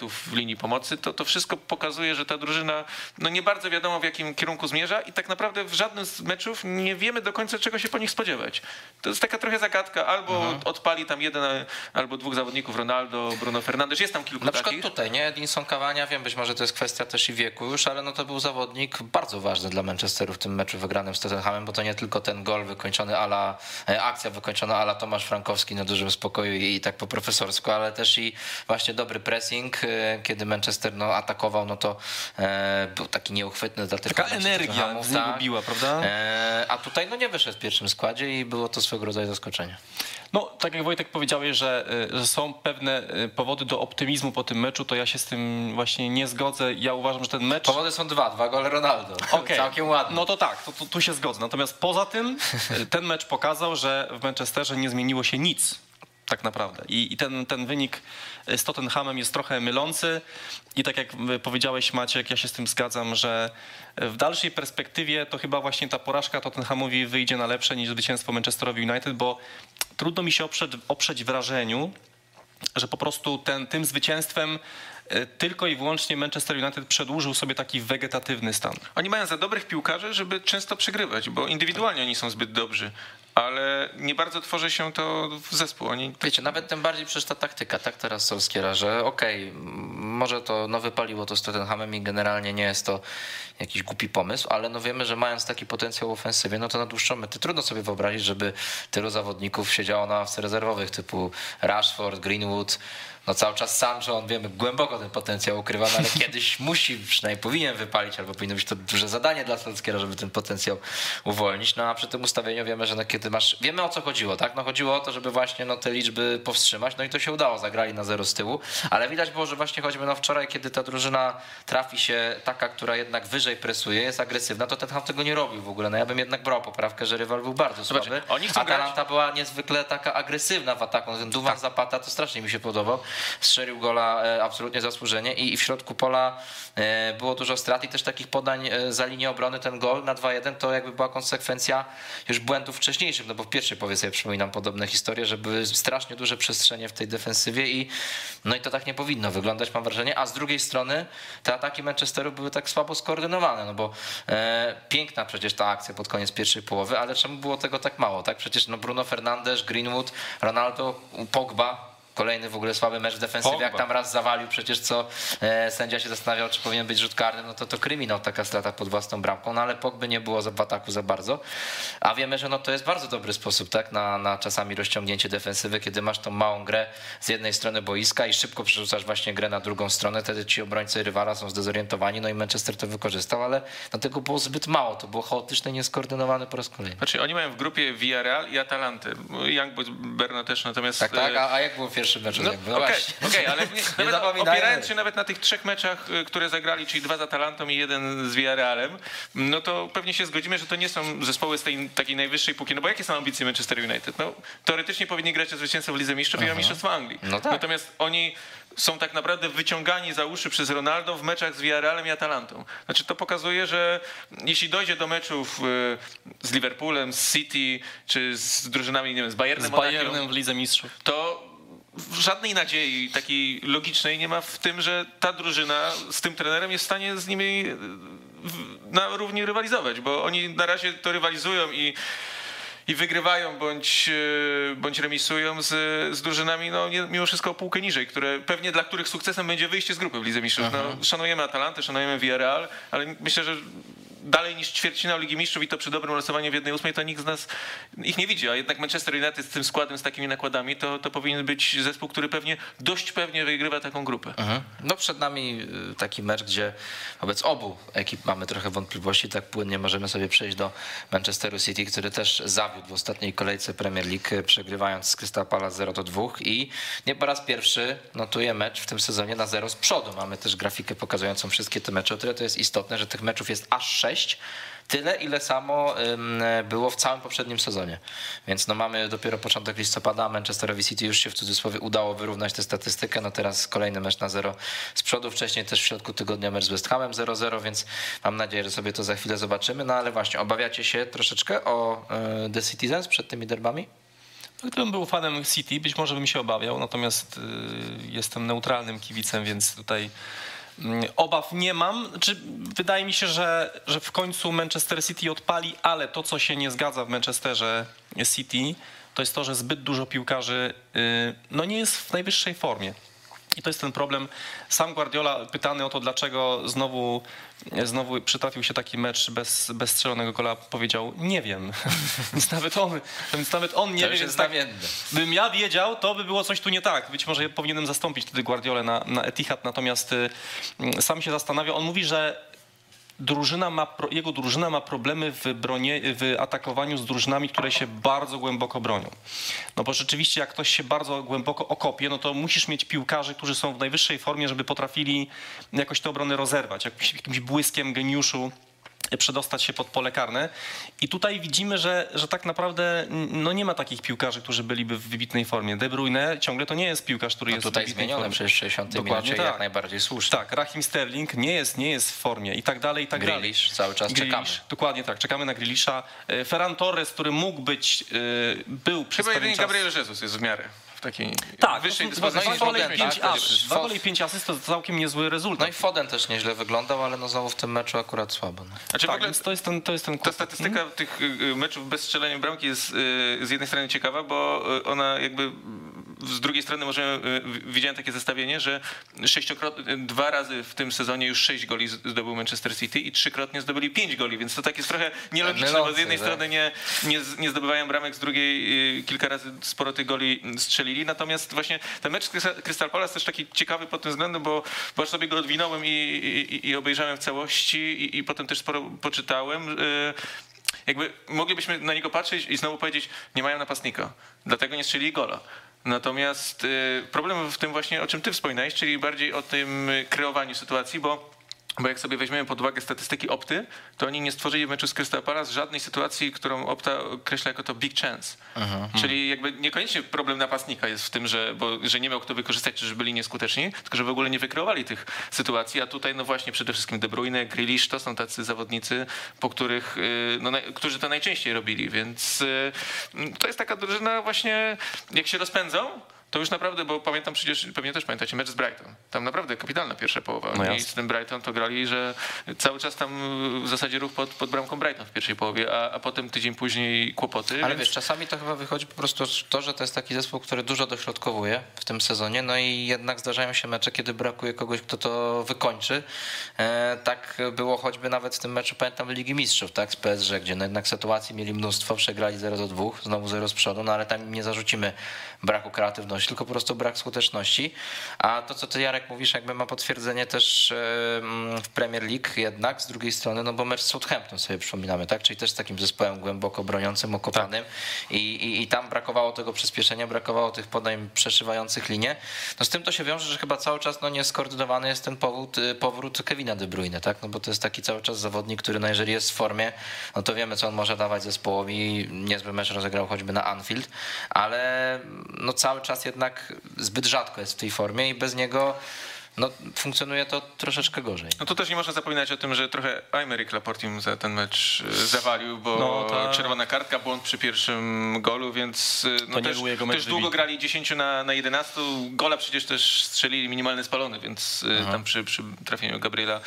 błędów w linii pomocy, to wszystko pokazuje, że ta drużyna no nie bardzo wiadomo w jakim kierunku zmierza i tak naprawdę w żadnym z meczów nie wiemy do końca czego się po nich spodziewać. To jest taka trochę zagadka, albo odpali tam jeden albo dwóch zawodników, Ronaldo, Bruno Fernandes, jest tam kilku Na takich. przykład tutaj, nie? Edinson Cavani, wiem, być może to jest kwestia też i wieku już, ale no to był zawodnik bardzo ważny dla Manchesteru w tym meczu wygranym z Tottenhamem, bo to nie tylko ten gol wykończony akcja wykończona ala Tomasz Frankowski na dużym spokoju i tak po profesorsku, ale też i właśnie dobry pressing, kiedy Manchester no, atakował, no to był taki nieuchwytny dla tych Taka energia z niego biła, prawda? A tutaj no nie wyszedł w pierwszym składzie i było to swego rodzaju zaskoczenie. No, tak jak Wojtek powiedziałeś, że są pewne powody do optymizmu po tym meczu, to ja się z tym właśnie nie zgodzę. Ja uważam, że ten mecz... Powody są dwa gole Ronaldo. Okay. Całkiem ładne. No to tak, to tu się zgodzę. Natomiast poza tym ten mecz pokazał, że w Manchesterze nie zmieniło się nic. Tak naprawdę. I ten wynik z Tottenhamem jest trochę mylący i tak jak powiedziałeś Maciek, ja się z tym zgadzam, że w dalszej perspektywie to chyba właśnie ta porażka Tottenhamowi wyjdzie na lepsze niż zwycięstwo Manchesterowi United, bo trudno mi się oprzeć wrażeniu, że po prostu tym zwycięstwem tylko i wyłącznie Manchester United przedłużył sobie taki wegetatywny stan. Oni mają za dobrych piłkarzy, żeby często przegrywać, bo indywidualnie oni są zbyt dobrzy, ale nie bardzo tworzy się to w zespół. Wiecie, nawet tym bardziej przecież ta taktyka, tak teraz Solskiera, że okej, może to no wypaliło to z Tottenhamem i generalnie nie jest to jakiś głupi pomysł, ale no wiemy, że mając taki potencjał w ofensywie, no to na dłuższą metę trudno sobie wyobrazić, żeby tylu zawodników siedziało na ławce rezerwowych typu Rashford, Greenwood, no cały czas Sancho, on wiemy, głęboko ten potencjał ukrywa, no ale kiedyś musi, przynajmniej powinien wypalić, albo powinno być to duże zadanie dla Solskiera, żeby ten potencjał uwolnić. No a przy tym ustawieniu wiemy, że no kiedy wiemy o co chodziło, tak? No chodziło o to, żeby właśnie no te liczby powstrzymać, no i to się udało, zagrali na 0 z tyłu, ale widać było, że właśnie choćby no wczoraj, kiedy ta drużyna trafi się taka, która jednak wyżej presuje, jest agresywna, to Tottenham tego nie robił w ogóle. No ja bym jednak brał poprawkę, że rywal był bardzo słaby. Atalanta była niezwykle taka agresywna w ataku. Ten Duwan Zapata to strasznie mi się podobał. Strzelił gola absolutnie zasłużenie i w środku pola było dużo strat i też takich podań za linię obrony. Ten gol na 2-1 to jakby była konsekwencja już błędów wcześniejszych, no bo w pierwszej połowie sobie przypominam podobne historie, że były strasznie duże przestrzenie w tej defensywie i to tak nie powinno wyglądać, mam wrażenie, a z drugiej strony te ataki Manchesteru były tak słabo skoordynowane, no bo piękna przecież ta akcja pod koniec pierwszej połowy, ale czemu było tego tak mało, tak? Przecież no Bruno Fernandes, Greenwood, Ronaldo, Pogba, kolejny w ogóle słaby mecz w defensywie, jak tam raz zawalił przecież, co sędzia się zastanawiał, czy powinien być rzut karny, no to kryminał taka strata pod własną bramką, no ale Pogby nie było w ataku za bardzo, a wiemy, że no to jest bardzo dobry sposób, tak, na czasami rozciągnięcie defensywy, kiedy masz tą małą grę z jednej strony boiska i szybko przerzucasz właśnie grę na drugą stronę, wtedy ci obrońcy rywala są zdezorientowani, no i Manchester to wykorzystał, ale no tego było zbyt mało, to było chaotyczne, nieskoordynowane po raz kolejny. Znaczy oni mają w grupie Villarreal i Atalantę, Young Boys Berno też, natomiast... Tak, a jak było pierwszy mecz? Okej, ale opierając się nawet na tych 3 meczach, które zagrali, czyli 2 z Atalantą i 1 z Villarrealem, no to pewnie się zgodzimy, że to nie są zespoły z tej takiej najwyższej półki. No bo jakie są ambicje Manchester United? No teoretycznie powinni grać o zwycięstwo w Lidze Mistrzów i o Mistrzostwo Anglii. No tak. Natomiast oni są tak naprawdę wyciągani za uszy przez Ronaldo w meczach z Villarrealem i Atalantą. Znaczy to pokazuje, że jeśli dojdzie do meczów z Liverpoolem, z City, czy z drużynami, nie wiem, z Bayernem w Lidze Mistrzów, to żadnej nadziei takiej logicznej nie ma w tym, że ta drużyna z tym trenerem jest w stanie z nimi na równi rywalizować, bo oni na razie to rywalizują i wygrywają bądź remisują z drużynami no, mimo wszystko o półkę niżej, dla których sukcesem będzie wyjście z grupy w Lidze Mistrzów. No, szanujemy Atalantę, szanujemy Villarreal, ale myślę, że dalej niż ćwierćfinał Ligi Mistrzów i to przy dobrym losowaniu w 1/8, to nikt z nas ich nie widzi, a jednak Manchester United z tym składem, z takimi nakładami, to powinien być zespół, który dość pewnie wygrywa taką grupę. No przed nami taki mecz, gdzie wobec obu ekip mamy trochę wątpliwości, tak płynnie możemy sobie przejść do Manchesteru City, który też zawiódł w ostatniej kolejce Premier League, przegrywając z Crystal Palace 0-2 i nie po raz pierwszy notuje mecz w tym sezonie na 0 z przodu. Mamy też grafikę pokazującą wszystkie te mecze, o tyle to jest istotne, że tych meczów jest aż 6, tyle ile samo było w całym poprzednim sezonie. Więc no mamy dopiero początek listopada, Manchesterowi City już się w cudzysłowie udało wyrównać tę statystykę, no teraz kolejny mecz na 0 z przodu, wcześniej też w środku tygodnia mecz z West Hamem 0-0, więc mam nadzieję, że sobie to za chwilę zobaczymy, no ale właśnie obawiacie się troszeczkę o The Citizens przed tymi derbami? Gdybym był fanem City, być może bym się obawiał, natomiast jestem neutralnym kibicem, więc tutaj obaw nie mam. Wydaje mi się, że w końcu Manchester City odpali, ale to, co się nie zgadza w Manchesterze City, to jest to, że zbyt dużo piłkarzy nie jest w najwyższej formie. I to jest ten problem. Sam Guardiola, pytany o to, dlaczego znowu przytrafił się taki mecz bez strzelonego gola, powiedział: nie wiem. Więc nawet on nie wie. Więc tak, bym ja wiedział, to by było coś tu nie tak. Być może powinienem zastąpić wtedy Guardiolę na Etihad, natomiast sam się zastanawia. On mówi, że jego drużyna ma problemy w atakowaniu z drużynami, które się bardzo głęboko bronią. No bo rzeczywiście, jak ktoś się bardzo głęboko okopie, no to musisz mieć piłkarzy, którzy są w najwyższej formie, żeby potrafili jakoś te obrony rozerwać, jakimś błyskiem geniuszu przedostać się pod pole karne. I tutaj widzimy, że tak naprawdę nie ma takich piłkarzy, którzy byliby w wybitnej formie. De Bruyne ciągle to nie jest piłkarz, który jest tutaj w wybitnej zmienione formie. przez 60 minucie, tak. Jak najbardziej słusznie. Tak, Raheem Sterling nie jest w formie i tak dalej, i tak dalej. Grealish, cały czas czekamy. Dokładnie tak, czekamy na Grealisha. Ferran Torres, który mógł być, był przez chyba pewien jedynie czas... Gabriel Jesus jest w miarę w takiej wyższej dwa dyspozycji. gole i 5 asyst to całkiem niezły rezultat. No i Foden też nieźle wyglądał, ale znowu w tym meczu akurat słabo. Znaczy tak, w ogóle więc to jest ten ta statystyka tych meczów bez strzelania bramki jest z jednej strony ciekawa, bo ona jakby z drugiej strony widziałem takie zestawienie, że 2 razy w tym sezonie już 6 goli zdobył Manchester City i 3-krotnie zdobyli 5 goli, więc to tak jest trochę nielogiczne, bo z jednej strony nie zdobywają bramek, z drugiej kilka razy sporo tych goli strzelili. Natomiast właśnie ten mecz z Crystal Palace też taki ciekawy pod tym względem, bo aż sobie go odwinąłem i obejrzałem w całości i potem też sporo poczytałem. Jakby moglibyśmy na niego patrzeć i znowu powiedzieć: nie mają napastnika, dlatego nie strzelili gola. Natomiast problem w tym właśnie, o czym ty wspominałeś, czyli bardziej o tym kreowaniu sytuacji, bo jak sobie weźmiemy pod uwagę statystyki Opty, to oni nie stworzyli w meczu z Crystal Palace żadnej sytuacji, którą Opta określa jako to big chance. Czyli jakby niekoniecznie problem napastnika jest w tym, że nie miał kto wykorzystać, czy że byli nieskuteczni, tylko że w ogóle nie wykreowali tych sytuacji, a tutaj no właśnie przede wszystkim De Bruyne, Grealish to są tacy zawodnicy, po których, którzy to najczęściej robili, więc to jest taka drużyna właśnie, jak się rozpędzą, to już naprawdę, bo pamiętam przecież, pewnie też pamiętacie, mecz z Brighton. Tam naprawdę kapitalna pierwsza połowa. No i z tym Brighton to grali, że cały czas tam w zasadzie ruch pod bramką Brighton w pierwszej połowie, a potem tydzień później kłopoty. Ale wiesz, czasami to chyba wychodzi po prostu to, że to jest taki zespół, który dużo dośrodkowuje w tym sezonie, no i jednak zdarzają się mecze, kiedy brakuje kogoś, kto to wykończy. Tak było choćby nawet w tym meczu, pamiętam, Ligi Mistrzów, tak, z PSG, gdzie no jednak sytuacji mieli mnóstwo, przegrali 0-2, znowu 0 z przodu, no ale tam im nie zarzucimy braku kreatywności, tylko po prostu brak skuteczności. A to, co ty, Jarek, mówisz, jakby ma potwierdzenie też w Premier League jednak z drugiej strony, no bo mecz z Southampton sobie przypominamy, tak? Czyli też z takim zespołem głęboko broniącym, okopanym i tam brakowało tego przyspieszenia, brakowało tych podań przeszywających linię. No z tym to się wiąże, że chyba cały czas nieskoordynowany jest ten powrót Kevina De Bruyne, tak? No bo to jest taki cały czas zawodnik, który no jeżeli jest w formie, no to wiemy, co on może dawać zespołowi. Niezły mecz rozegrał choćby na Anfield, ale no cały czas jednak zbyt rzadko jest w tej formie i bez niego no, funkcjonuje to troszeczkę gorzej. No to też nie można zapominać o tym, że trochę Aymeric Laporte im za ten mecz zawalił, bo czerwona kartka, błąd przy pierwszym golu, więc no też długo grali 10 na 11. Gola przecież też strzelili minimalny spalony, więc tam przy trafieniu Gabriela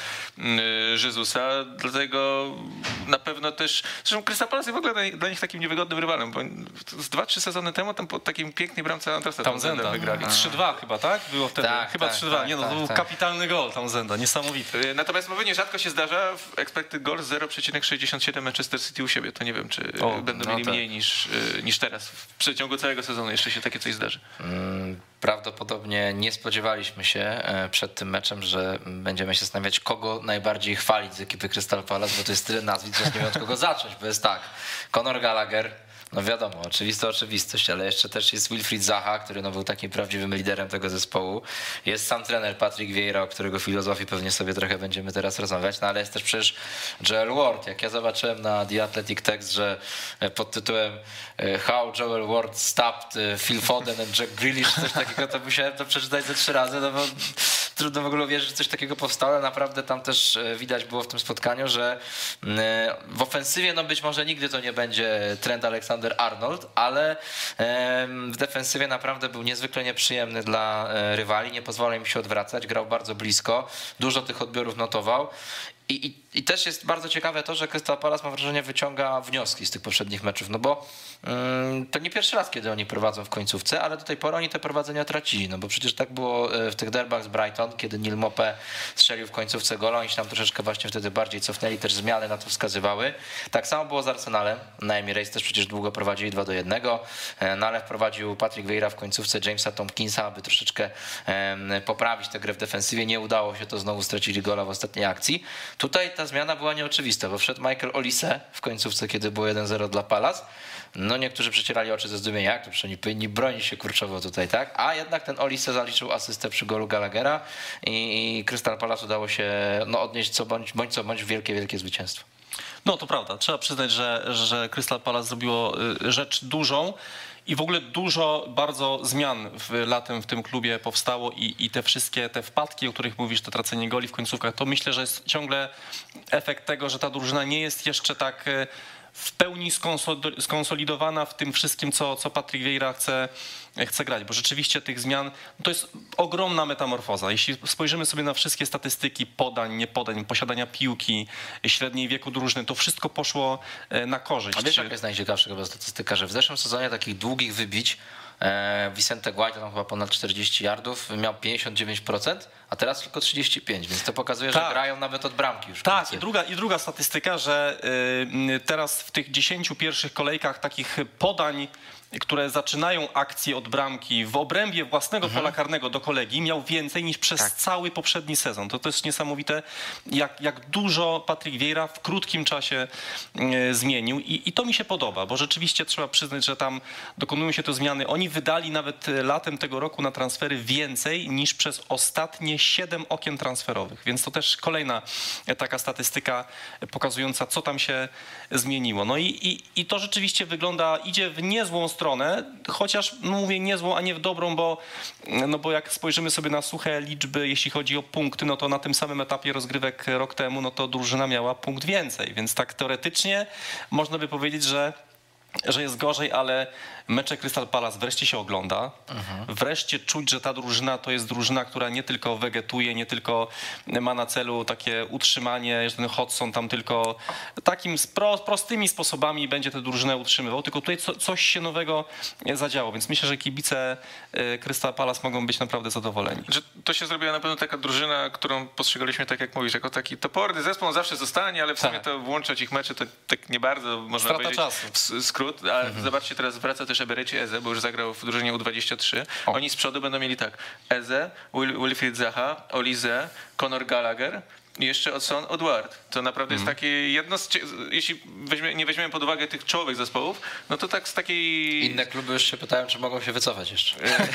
Jezusa, dlatego na pewno też, zresztą Crystal Palace jest w ogóle dla nich takim niewygodnym rywalem, bo z 2-3 sezony temu tam po takim pięknej bramce Andrasa Townsenda wygrali. 3-2 chyba, tak? Było wtedy. Tak, chyba 3-2. Nie no, to był kapitalny gol Townsenda, niesamowity. Natomiast mówię, rzadko się zdarza w expected goals 0,67 Manchester City u siebie. To nie wiem, czy będą mieli mniej niż teraz. W przeciągu całego sezonu jeszcze się takie coś zdarzy. Prawdopodobnie nie spodziewaliśmy się przed tym meczem, że będziemy się zastanawiać, kogo najbardziej chwalić z ekipy Crystal Palace, bo to jest tyle nazwisk, że nie wiem od kogo zacząć, bo jest tak, Conor Gallagher, no wiadomo, oczywista oczywistość, ale jeszcze też jest Wilfried Zaha, który no był takim prawdziwym liderem tego zespołu. Jest sam trener Patrick Vieira, o którego filozofii pewnie sobie trochę będziemy teraz rozmawiać, no ale jest też przecież Joel Ward. Jak ja zobaczyłem na The Athletic Text, że pod tytułem How Joel Ward Stopped Phil Foden and Jack Grealish, coś takiego, to musiałem to przeczytać ze 3 razy, no bo trudno w ogóle uwierzyć, że coś takiego powstało, ale naprawdę tam też widać było w tym spotkaniu, że w ofensywie no być może nigdy to nie będzie Trent Alexander-Arnold, ale w defensywie naprawdę był niezwykle nieprzyjemny dla rywali, nie pozwalał im się odwracać, grał bardzo blisko, dużo tych odbiorów notował. I też jest bardzo ciekawe to, że Crystal Palace, mam wrażenie, wyciąga wnioski z tych poprzednich meczów, no bo to nie pierwszy raz, kiedy oni prowadzą w końcówce, ale do tej pory oni te prowadzenia tracili, no bo przecież tak było w tych derbach z Brighton, kiedy Neil Maupay strzelił w końcówce gola, oni się tam troszeczkę właśnie wtedy bardziej cofnęli, też zmiany na to wskazywały. Tak samo było z Arsenalem, na Emirates też przecież długo prowadzili 2-1, no ale wprowadził Patrick Vieira w końcówce Jamesa Tompkinsa, aby troszeczkę poprawić tę grę w defensywie, nie udało się to, znowu stracili gola w ostatniej akcji. Tutaj ta zmiana była nieoczywista, bo wszedł Michael Olise w końcówce, kiedy było 1-0 dla Palace. No niektórzy przecierali oczy ze zdumienia, jak to przecież oni powinni bronić się kurczowo tutaj, tak? A jednak ten Olise zaliczył asystę przy golu Gallaghera i Crystal Palace udało się odnieść bądź wielkie zwycięstwo. No to prawda, trzeba przyznać, że Crystal Palace zrobiło rzecz dużą. I w ogóle dużo bardzo zmian latem w tym klubie powstało i te wszystkie te wpadki, o których mówisz, to tracenie goli w końcówkach, to myślę, że jest ciągle efekt tego, że ta drużyna nie jest jeszcze tak w pełni skonsolidowana w tym wszystkim, co Patrick Vieira chce grać, bo rzeczywiście tych zmian to jest ogromna metamorfoza. Jeśli spojrzymy sobie na wszystkie statystyki podań, niepodań, posiadania piłki, średniej wieku drużyny, to wszystko poszło na korzyść. A wiesz, jaka jest najciekawsza chyba statystyka, że w zeszłym sezonie takich długich wybić Vicente Guaita tam chyba ponad 40 yardów, miał 59%, a teraz tylko 35%, więc to pokazuje, że grają nawet od bramki już. Tak, i druga statystyka, że teraz w tych 10 pierwszych kolejkach takich podań, które zaczynają akcję od bramki w obrębie własnego pola karnego do kolegi, miał więcej niż przez cały poprzedni sezon. To jest niesamowite, jak dużo Patrick Vieira w krótkim czasie zmienił i to mi się podoba, bo rzeczywiście trzeba przyznać, że tam dokonują się te zmiany. Oni wydali nawet latem tego roku na transfery więcej niż przez ostatnie 7 okien transferowych, więc to też kolejna taka statystyka pokazująca, co tam się zmieniło. No i to rzeczywiście idzie w niezłą stronę, chociaż mówię niezłą, a nie w dobrą, bo jak spojrzymy sobie na suche liczby, jeśli chodzi o punkty, no to na tym samym etapie rozgrywek rok temu, no to drużyna miała punkt więcej, więc tak teoretycznie można by powiedzieć, że jest gorzej, ale mecze Crystal Palace wreszcie się ogląda. Wreszcie czuć, że ta drużyna to jest drużyna, która nie tylko wegetuje, nie tylko ma na celu takie utrzymanie, że ten Hodgson tam tylko takim prostymi sposobami będzie tę drużynę utrzymywał, tylko tutaj coś się nowego zadziało, więc myślę, że kibice Crystal Palace mogą być naprawdę zadowoleni. Że to się zrobiła na pewno taka drużyna, którą postrzegaliśmy, tak jak mówisz, jako taki toporny zespół, on zawsze zostanie, ale w sumie to włączać ich mecze to tak nie bardzo, można Strata powiedzieć, czasu. skrót. A zobaczcie, teraz wraca też Eberechi Eze, bo już zagrał w drużynie U23. Oni z przodu będą mieli tak: Eze, Wilfried Zaha, Olise, Conor Gallagher i jeszcze Odson Odward. To naprawdę jest takie jedno z... Jeśli nie weźmiemy pod uwagę tych czołowych zespołów, no to tak z takiej... Inne kluby już się pytają, czy mogą się wycofać jeszcze.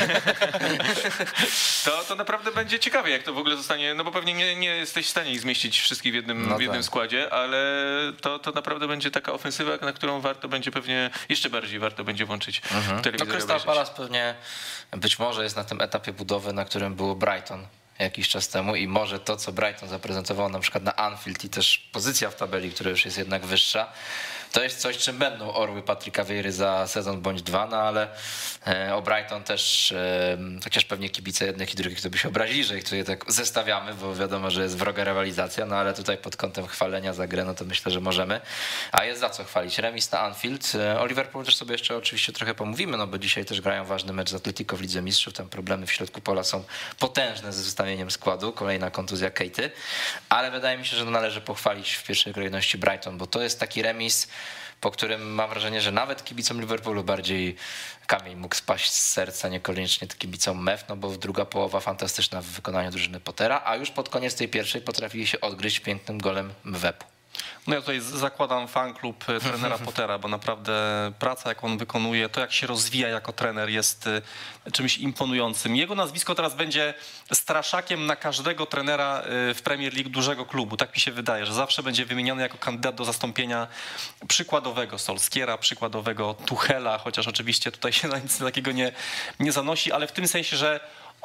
To naprawdę będzie ciekawe, jak to w ogóle zostanie, no bo pewnie nie jesteś w stanie ich zmieścić wszystkich w jednym składzie, ale to naprawdę będzie taka ofensywa, na którą warto będzie pewnie, jeszcze bardziej warto będzie włączyć telewizor. No Crystal Palace pewnie być może jest na tym etapie budowy, na którym było Brighton jakiś czas temu i może to, co Brighton zaprezentował na przykład na Anfield i też pozycja w tabeli, która już jest jednak wyższa, to jest coś, czym będą orły Patricka Vieiry za sezon bądź dwa, no ale o Brighton też, chociaż pewnie kibice jednych i drugich to by się obrazili, że ich tutaj tak zestawiamy, bo wiadomo, że jest wroga rywalizacja, no ale tutaj pod kątem chwalenia za grę, no to myślę, że możemy. A jest za co chwalić. Remis na Anfield. O Liverpoolu też sobie jeszcze oczywiście trochę pomówimy, no bo dzisiaj też grają ważny mecz z Atletico w Lidze Mistrzów, tam problemy w środku pola są potężne ze zestawieniem składu, kolejna kontuzja Keity, ale wydaje mi się, że należy pochwalić w pierwszej kolejności Brighton, bo to jest taki remis, po którym mam wrażenie, że nawet kibicom Liverpoolu bardziej kamień mógł spaść z serca, niekoniecznie kibicom MEF, no bo druga połowa fantastyczna w wykonaniu drużyny Pottera, a już pod koniec tej pierwszej potrafili się odgryźć pięknym golem Mwepu. No ja tutaj zakładam fanklub trenera Pottera, bo naprawdę praca, jaką on wykonuje, to jak się rozwija jako trener jest czymś imponującym. Jego nazwisko teraz będzie straszakiem na każdego trenera w Premier League dużego klubu. Tak mi się wydaje, że zawsze będzie wymieniany jako kandydat do zastąpienia przykładowego Solskiera, przykładowego Tuchela, chociaż oczywiście tutaj się na nic takiego nie zanosi, ale w tym sensie, że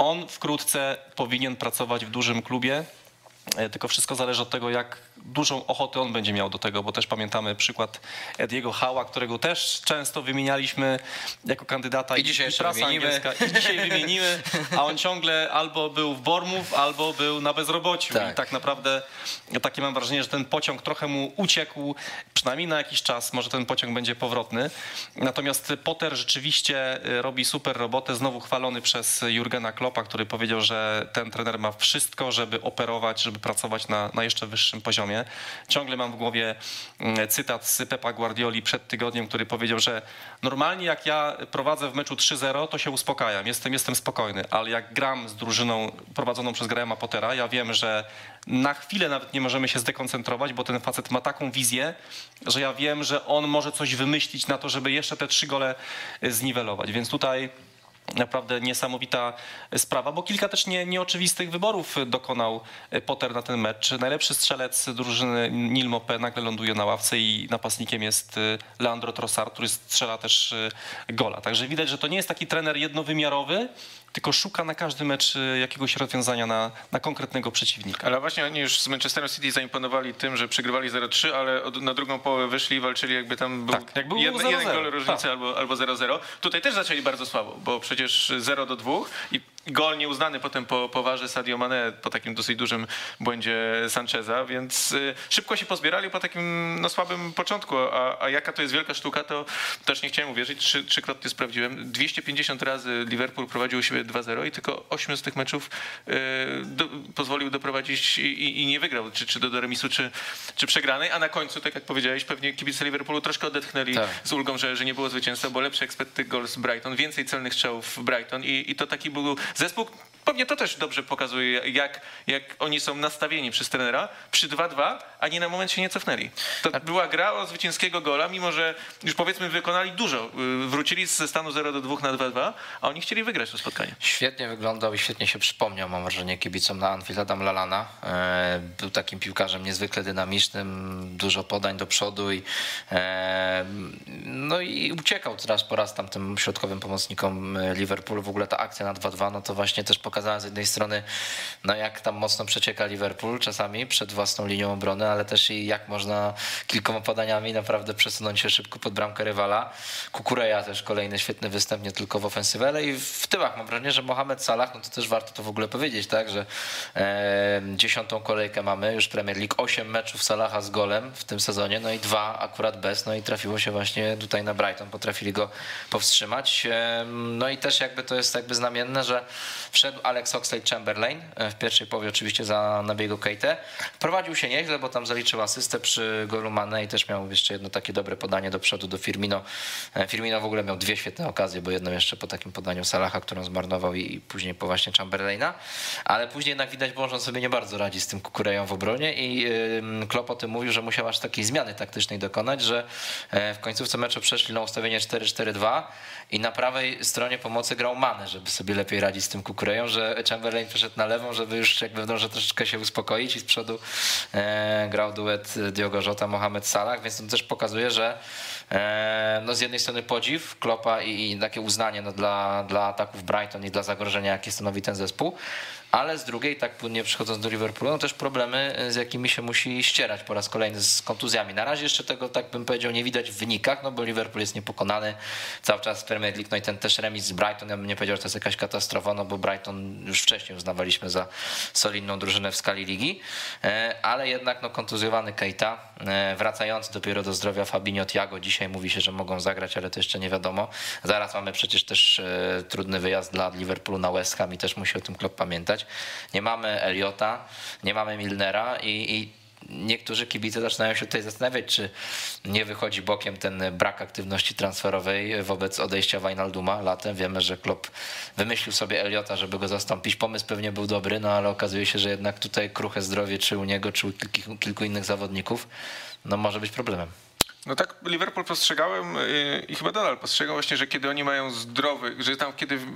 On wkrótce powinien pracować w dużym klubie, tylko wszystko zależy od tego, jak dużą ochotę on będzie miał do tego, bo też pamiętamy przykład Ediego Howe'a, którego też często wymienialiśmy jako kandydata. I dzisiaj jeszcze prasa wymienimy. angielska. I dzisiaj wymienimy, a on ciągle albo był w Bournemouth, albo był na bezrobociu. Tak. I tak naprawdę takie mam wrażenie, że ten pociąg trochę mu uciekł, przynajmniej na jakiś czas, może ten pociąg będzie powrotny. Natomiast Potter rzeczywiście robi super robotę, znowu chwalony przez Jurgena Kloppa, który powiedział, że ten trener ma wszystko, żeby operować, żeby pracować na jeszcze wyższym poziomie. Ciągle mam w głowie cytat z Pepa Guardioli przed tygodniem, który powiedział, że normalnie jak ja prowadzę w meczu 3-0, to się uspokajam, jestem spokojny, ale jak gram z drużyną prowadzoną przez Grahama Pottera, ja wiem, że na chwilę nawet nie możemy się zdekoncentrować, bo ten facet ma taką wizję, że ja wiem, że on może coś wymyślić na to, żeby jeszcze te 3 gole zniwelować. Więc tutaj naprawdę niesamowita sprawa, bo kilka też nieoczywistych wyborów dokonał Potter na ten mecz. Najlepszy strzelec drużyny Neil Maupay nagle ląduje na ławce i napastnikiem jest Leandro Trossard, który strzela też gola. Także widać, że to nie jest taki trener jednowymiarowy, tylko szuka na każdy mecz jakiegoś rozwiązania na konkretnego przeciwnika. Ale właśnie oni już z Manchesterem City zaimponowali tym, że przegrywali 0-3, ale na drugą połowę wyszli i walczyli, jakby tam był, Tak, jak był jeden 0-0. gol różnicy Tak. albo 0-0. Tutaj też zaczęli bardzo słabo, bo przecież 0-2 i gol nieuznany potem po warze Sadio Mane, po takim dosyć dużym błędzie Sancheza, więc szybko się pozbierali po takim słabym początku, a jaka to jest wielka sztuka, to też nie chciałem uwierzyć, trzykrotnie sprawdziłem. 250 razy Liverpool prowadził u siebie 2-0 i tylko 8 z tych meczów pozwolił doprowadzić i nie wygrał, czy do remisu, czy przegranej, a na końcu, tak jak powiedziałeś, pewnie kibice Liverpoolu troszkę odetchnęli z ulgą, że nie było zwycięstwa, bo lepszy expected goals Brighton, więcej celnych strzałów Brighton i to taki był zespół. Pewnie to też dobrze pokazuje, jak oni są nastawieni przez trenera przy 2-2, a nie na moment się nie cofnęli. To była gra o zwycięskiego gola, mimo że już powiedzmy wykonali dużo. Wrócili ze stanu 0-2 na 2-2, a oni chcieli wygrać to spotkanie. Świetnie wyglądał i świetnie się przypomniał, mam wrażenie, kibicom na Anfield Adam Lallana. Był takim piłkarzem niezwykle dynamicznym, dużo podań do przodu i uciekał teraz po raz tamtym środkowym pomocnikom Liverpoolu. W ogóle ta akcja na 2-2, no to właśnie też pokazała z jednej strony, no jak tam mocno przecieka Liverpool czasami przed własną linią obrony, ale też i jak można kilkoma podaniami naprawdę przesunąć się szybko pod bramkę rywala. Kukureja też kolejny świetny występ, nie tylko w ofensywę, ale i w tyłach. Mam wrażenie, że Mohamed Salah, no to też warto to w ogóle powiedzieć, tak, że 10. kolejkę mamy już Premier League, 8 meczów Salaha z golem w tym sezonie, no i 2 akurat bez, no i trafiło się właśnie tutaj na Brighton, potrafili go powstrzymać. No i też jakby to jest jakby znamienne, że wszedł Alex Oxlade-Chamberlain w pierwszej połowie oczywiście za Nabiego Keitę. Prowadził się nieźle, bo tam zaliczył asystę przy golu Mane i też miał jeszcze jedno takie dobre podanie do przodu do Firmino. Firmino w ogóle miał 2 świetne okazje, bo jedną jeszcze po takim podaniu Salaha, którą zmarnował i później po właśnie Chamberlaina, ale później jednak widać, bo on sobie nie bardzo radzi z tym Kukureją w obronie i Klopp o tym mówił, że musiał aż takiej zmiany taktycznej dokonać, że w końcówce meczu przeszli na ustawienie 4-4-2 i na prawej stronie pomocy grał Mane, żeby sobie lepiej radzić z tym Kukureją, że Chamberlain przeszedł na lewą, żeby już jakby że troszeczkę się uspokoić i z przodu grał duet Diogo Jota, Mohamed Salah, więc to też pokazuje, że no z jednej strony podziw Kloppa i takie uznanie no dla ataków Brighton i dla zagrożenia, jakie stanowi ten zespół, ale z drugiej, tak płynnie przychodząc do Liverpoolu, no też problemy, z jakimi się musi ścierać po raz kolejny z kontuzjami. Na razie jeszcze tego, tak bym powiedział, nie widać w wynikach, no bo Liverpool jest niepokonany cały czas w Premier League, no i ten też remis z Brighton, ja bym nie powiedział, że to jest jakaś katastrofa, no bo Brighton już wcześniej uznawaliśmy za solidną drużynę w skali ligi, ale jednak no kontuzjowany Keita, wracający dopiero do zdrowia Fabinho, Thiago, dzisiaj mówi się, że mogą zagrać, ale to jeszcze nie wiadomo. Zaraz mamy przecież też trudny wyjazd dla Liverpoolu na West Ham i też musi o tym Klopp pamiętać. Nie mamy Eliota, nie mamy Milnera i niektórzy kibice zaczynają się tutaj zastanawiać, czy nie wychodzi bokiem ten brak aktywności transferowej wobec odejścia Wijnalduma latem. Wiemy, że Klopp wymyślił sobie Eliota, żeby go zastąpić. Pomysł pewnie był dobry, no ale okazuje się, że jednak tutaj kruche zdrowie czy u niego, czy u kilku innych zawodników, no może być problemem. No tak Liverpool postrzegałem i chyba nadal postrzegam właśnie, że kiedy oni mają zdrowych, że tam kiedy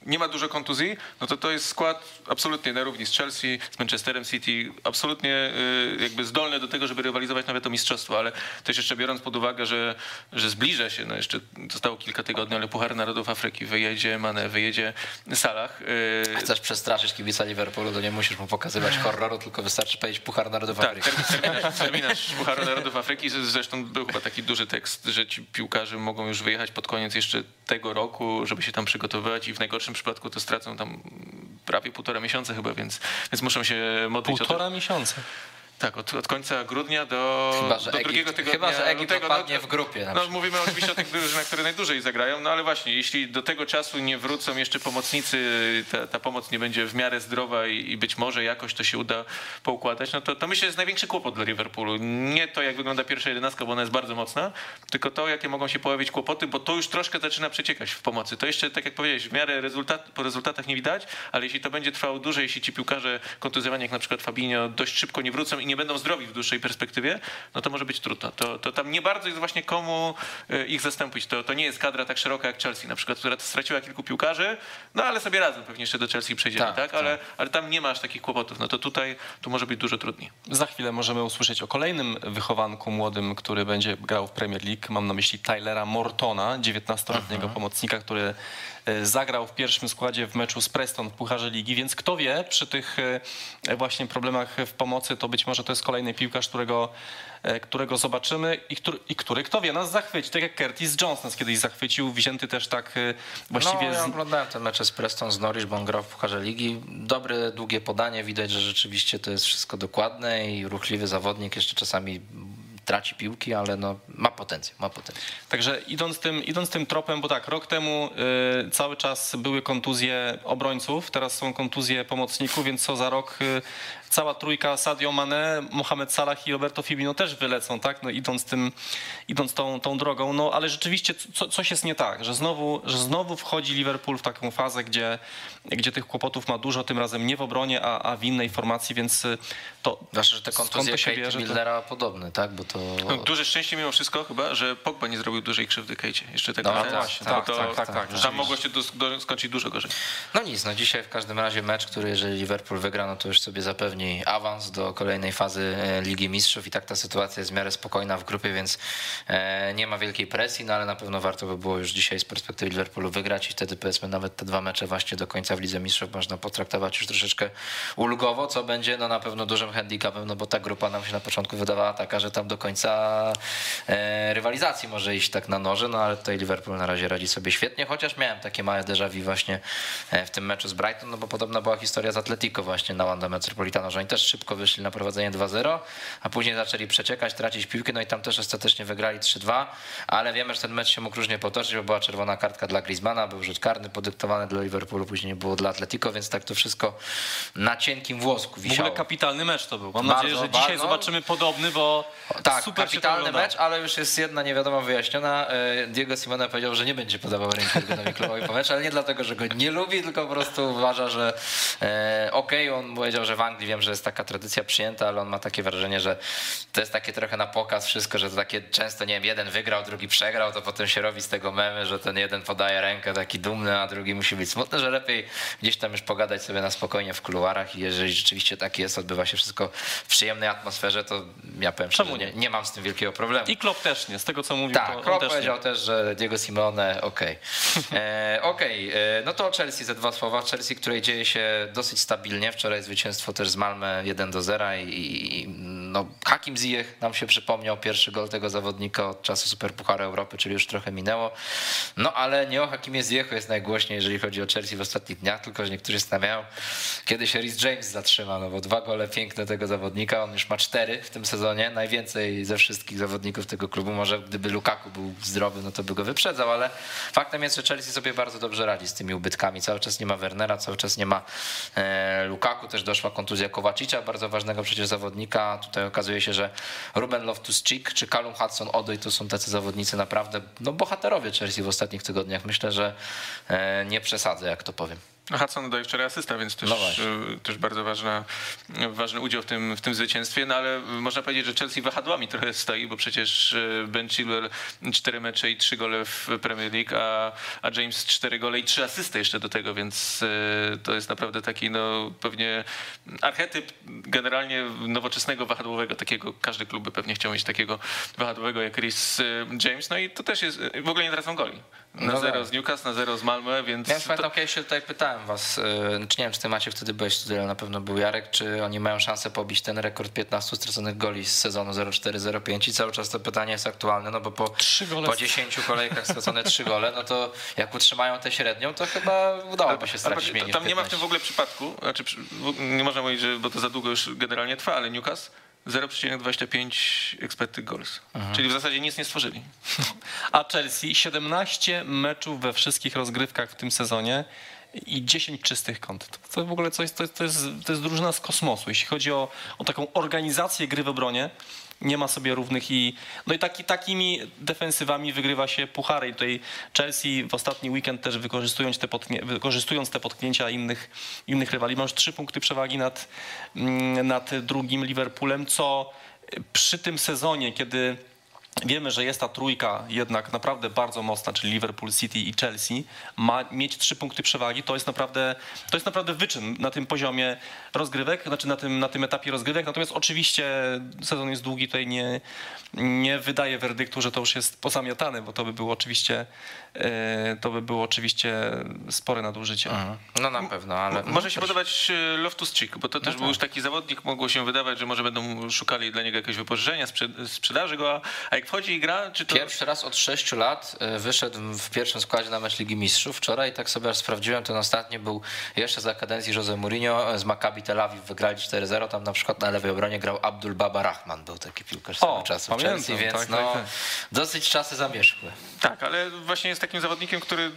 nie ma dużo kontuzji, no to jest skład absolutnie na równi z Chelsea, z Manchesterem City, absolutnie jakby zdolny do tego, żeby rywalizować nawet o mistrzostwo, ale też jeszcze biorąc pod uwagę, że zbliża się, no jeszcze zostało kilka tygodni, ale Puchar Narodów Afryki, wyjedzie Mane, wyjedzie Salah. Chcesz przestraszyć kibica Liverpoolu, to nie musisz mu pokazywać horroru, tylko wystarczy powiedzieć Puchar Narodów Tak, Afryki. terminarz Pucharu Narodów Afryki, zresztą był chyba taki duży tekst, że ci piłkarze mogą już wyjechać pod koniec jeszcze tego roku, żeby się tam przygotowywać i w najgorszym przypadku to stracą tam prawie 1,5 miesiąca chyba, więc muszą się modlić o to. 1,5 miesiąca. Tak, od końca grudnia do drugiego tygodnia. Chyba że Egipt lutego, opadnie w grupie. No, mówimy oczywiście o tych drużynach, które najdłużej zagrają, no ale właśnie, jeśli do tego czasu nie wrócą jeszcze pomocnicy, ta pomoc nie będzie w miarę zdrowa i być może jakoś to się uda poukładać, no to myślę, że jest największy kłopot dla Liverpoolu. Nie to, jak wygląda pierwsza 11, bo ona jest bardzo mocna, tylko to, jakie mogą się pojawić kłopoty, bo to już troszkę zaczyna przeciekać w pomocy. To jeszcze, tak jak powiedziałeś, w miarę po rezultatach nie widać, ale jeśli to będzie trwało dłużej, jeśli ci piłkarze kontuzjowani, jak na przykład Fabinho, dość szybko nie wrócą i nie będą zdrowi w dłuższej perspektywie, no to może być trudno. To tam nie bardzo jest właśnie komu ich zastąpić. To nie jest kadra tak szeroka jak Chelsea na przykład, która straciła kilku piłkarzy, no ale sobie radzą, pewnie jeszcze do Chelsea przejdziemy, tak? Ale tam nie ma aż takich kłopotów. No to tutaj tu może być dużo trudniej. Za chwilę możemy usłyszeć o kolejnym wychowanku młodym, który będzie grał w Premier League. Mam na myśli Tylera Mortona, 19-letniego pomocnika, który zagrał w pierwszym składzie w meczu z Preston w Pucharze Ligi, więc kto wie, przy tych właśnie problemach w pomocy, to być może to jest kolejny piłkarz, którego zobaczymy i który, kto wie, nas zachwyci, tak jak Curtis Jones nas kiedyś zachwycił, wzięty też tak właściwie... No, ja oglądałem ten mecz z Preston z Norwich, bo on grał w Pucharze Ligi. Dobre, długie podanie, widać, że rzeczywiście to jest wszystko dokładne i ruchliwy zawodnik, jeszcze czasami traci piłki, ale no, ma potencjał. Także idąc tym tropem, bo tak, rok temu cały czas były kontuzje obrońców, teraz są kontuzje pomocników, więc co za rok cała trójka Sadio Mane, Mohamed Salah i Roberto Firmino też wylecą, tak? No idąc tą drogą, no ale rzeczywiście coś jest nie tak, że znowu wchodzi Liverpool w taką fazę, gdzie tych kłopotów ma dużo, tym razem nie w obronie, a w innej formacji, więc to... Zwłaszcza, że te kontuzje Keita Milnera podobne, tak? Bo to... No, duże szczęście mimo wszystko chyba, że Pogba nie zrobił dużej krzywdy Keicie. Jeszcze tego tak. Tam mogło się skończyć dużo gorzej. No nic, no dzisiaj w każdym razie mecz, który jeżeli Liverpool wygra, no to już sobie zapewni awans do kolejnej fazy Ligi Mistrzów i tak ta sytuacja jest w miarę spokojna w grupie, więc nie ma wielkiej presji, no ale na pewno warto by było już dzisiaj z perspektywy Liverpoolu wygrać i wtedy powiedzmy nawet te 2 mecze właśnie do końca w Lidze Mistrzów można potraktować już troszeczkę ulgowo, co będzie no na pewno dużym handicapem, no bo ta grupa nam się na początku wydawała taka, że tam do końca rywalizacji może iść tak na noże, no ale tutaj Liverpool na razie radzi sobie świetnie, chociaż miałem takie małe déjà vu właśnie w tym meczu z Brighton, no bo podobna była historia z Atletico właśnie na Wanda Metropolitano, że oni też szybko wyszli na prowadzenie 2-0, a później zaczęli przeciekać, tracić piłkę, no i tam też ostatecznie wygrali 3-2, ale wiemy, że ten mecz się mógł różnie potoczyć, bo była czerwona kartka dla Griezmana, był rzut karny podyktowany dla Liverpoolu, później było dla Atletico, więc tak to wszystko na cienkim włosku wisiało. W ogóle kapitalny mecz to był. Mam nadzieję, że dzisiaj zobaczymy podobny, bo tak, super kapitalny mecz, ale już jest jedna niewiadoma wyjaśniona. Diego Simeone powiedział, że nie będzie podawał ręki Jurgenowi Kloppowi po meczu, ale nie dlatego, że go nie lubi, tylko po prostu uważa, że on powiedział, że w Anglii wiem, że jest taka tradycja przyjęta, ale on ma takie wrażenie, że to jest takie trochę na pokaz wszystko, że to takie często, nie wiem, jeden wygrał, drugi przegrał, to potem się robi z tego memy, że ten jeden podaje rękę taki dumny, a drugi musi być smutny, że lepiej gdzieś tam już pogadać sobie na spokojnie w kuluarach i jeżeli rzeczywiście tak jest, odbywa się wszystko w przyjemnej atmosferze, to ja powiem szczerze, nie mam z tym wielkiego problemu. I Klopp też nie, z tego co mówił. Tak, Klopp powiedział też, że Diego Simeone okej. No to o Chelsea ze 2 słowa. Chelsea, której dzieje się dosyć stabilnie. Wczoraj zwycięstwo też z Malmö 1-0 i no, Hakim Ziyech nam się przypomniał, pierwszy gol tego zawodnika od czasu Superpucharu Europy, czyli już trochę minęło. No ale nie o Hakimie Ziyechu jest najgłośniej, jeżeli chodzi o Chelsea w ostatnich dniach, tylko że niektórzy stawiają, kiedy się Reece James zatrzyma, no bo 2 gole piękne tego zawodnika, on już ma 4 w tym sezonie, najwięcej ze wszystkich zawodników tego klubu. Może gdyby Lukaku był zdrowy, no to by go wyprzedzał, ale faktem jest, że Chelsea sobie bardzo dobrze radzi z tymi ubytkami. Cały czas nie ma Wernera, cały czas nie ma Lukaku, też doszła kontuzja Kovacicia, bardzo ważnego przecież zawodnika. Tutaj okazuje się, że Ruben Loftus-Cheek czy Callum Hudson-Odoi to są tacy zawodnicy naprawdę, no bohaterowie Chelsea w ostatnich tygodniach. Myślę, że nie przesadzę, jak to powiem. No Hudson daje wczoraj asysta, więc też bardzo ważny udział w tym zwycięstwie, no ale można powiedzieć, że Chelsea wahadłami trochę stoi, bo przecież Ben Chilwell 4 mecze i 3 gole w Premier League, a James 4 gole i 3 asysty jeszcze do tego, więc to jest naprawdę taki pewnie archetyp generalnie nowoczesnego wahadłowego, takiego każdy klub by pewnie chciał mieć takiego wahadłowego jak Reece James, no i to też jest, w ogóle nie tracą goli. Na 0 z Newcastle, na 0 z Malmö, więc... Ja już pamiętam, kiedyś się tutaj pytałem was, czy nie wiem, czy ty Macie wtedy byłeś tutaj, ale na pewno był Jarek, czy oni mają szansę pobić ten rekord 15 straconych goli z sezonu 04-05 i cały czas to pytanie jest aktualne, no bo po 10 kolejkach stracone 3 gole, no to jak utrzymają tę średnią, to chyba udałoby się stracić mniej niż Tam nie ma w 15. tym w ogóle przypadku, znaczy nie można mówić, bo to za długo już generalnie trwa, ale Newcastle 0,25 expected goals. Czyli w zasadzie nic nie stworzyli. A Chelsea 17 meczów we wszystkich rozgrywkach w tym sezonie i 10 czystych kąt. To w ogóle to jest drużyna z kosmosu. Jeśli chodzi o taką organizację gry w obronie, nie ma sobie równych takimi defensywami wygrywa się puchary. I tutaj Chelsea w ostatni weekend też wykorzystując te potknięcia innych rywali, ma już 3 punkty przewagi nad drugim Liverpoolem, co przy tym sezonie, kiedy wiemy, że jest ta trójka jednak naprawdę bardzo mocna, czyli Liverpool, City i Chelsea, ma mieć 3 punkty przewagi, to jest naprawdę wyczyn na tym poziomie rozgrywek, znaczy na tym etapie rozgrywek. Natomiast oczywiście sezon jest długi, tutaj nie wydaje werdyktu, że to już jest pozamiatane, bo to by było oczywiście spore nadużycie. No na pewno, ale... Może się podobać Loftus-Cheek, bo to też był już taki zawodnik, mogło się wydawać, że może będą szukali dla niego jakiegoś wypożyczenia, sprzedaży go, a jak wchodzi i gra, czy to... Pierwszy raz od 6 lat wyszedł w pierwszym składzie na mecz Ligi Mistrzów. Wczoraj, tak sobie aż sprawdziłem, ten ostatni był jeszcze za kadencji Jose Mourinho z Maccabi Tel Awiw, wygrali 4-0, tam na przykład na lewej obronie grał Abdul Baba Rahman, był taki piłkarz swego czasu w Chelsea, więc tak. Dosyć czasy zamierzchły. Tak, ale właśnie jest takim zawodnikiem, który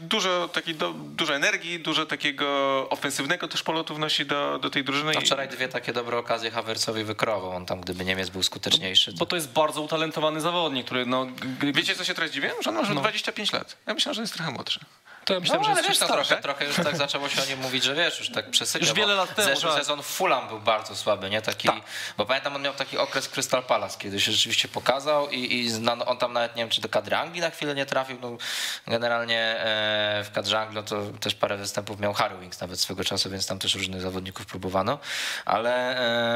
dużo energii, dużo takiego ofensywnego też polotu wnosi do tej drużyny. No wczoraj 2 takie dobre okazje Havertzowi wykrował, on tam gdyby Niemiec był skuteczniejszy. Bo to jest bardzo utalentowany zawodnik, który Wiecie, co się teraz dziwię? Że on ma już 25 lat. Ja myślałem, że jest trochę młodszy. To ja myślałem, że jest trochę już tak zaczęło się o nim mówić, że wiesz, już tak przesypia. Już wiele lat temu. Zeszły sezon w Fulham był bardzo słaby, nie? Bo pamiętam, on miał taki okres w Crystal Palace, kiedy się rzeczywiście pokazał i on tam nawet, nie wiem, czy do kadry Anglii na chwilę nie trafił. No, generalnie w kadrze Anglii to też parę występów miał Harry Winks nawet swego czasu, więc tam też różnych zawodników próbowano, ale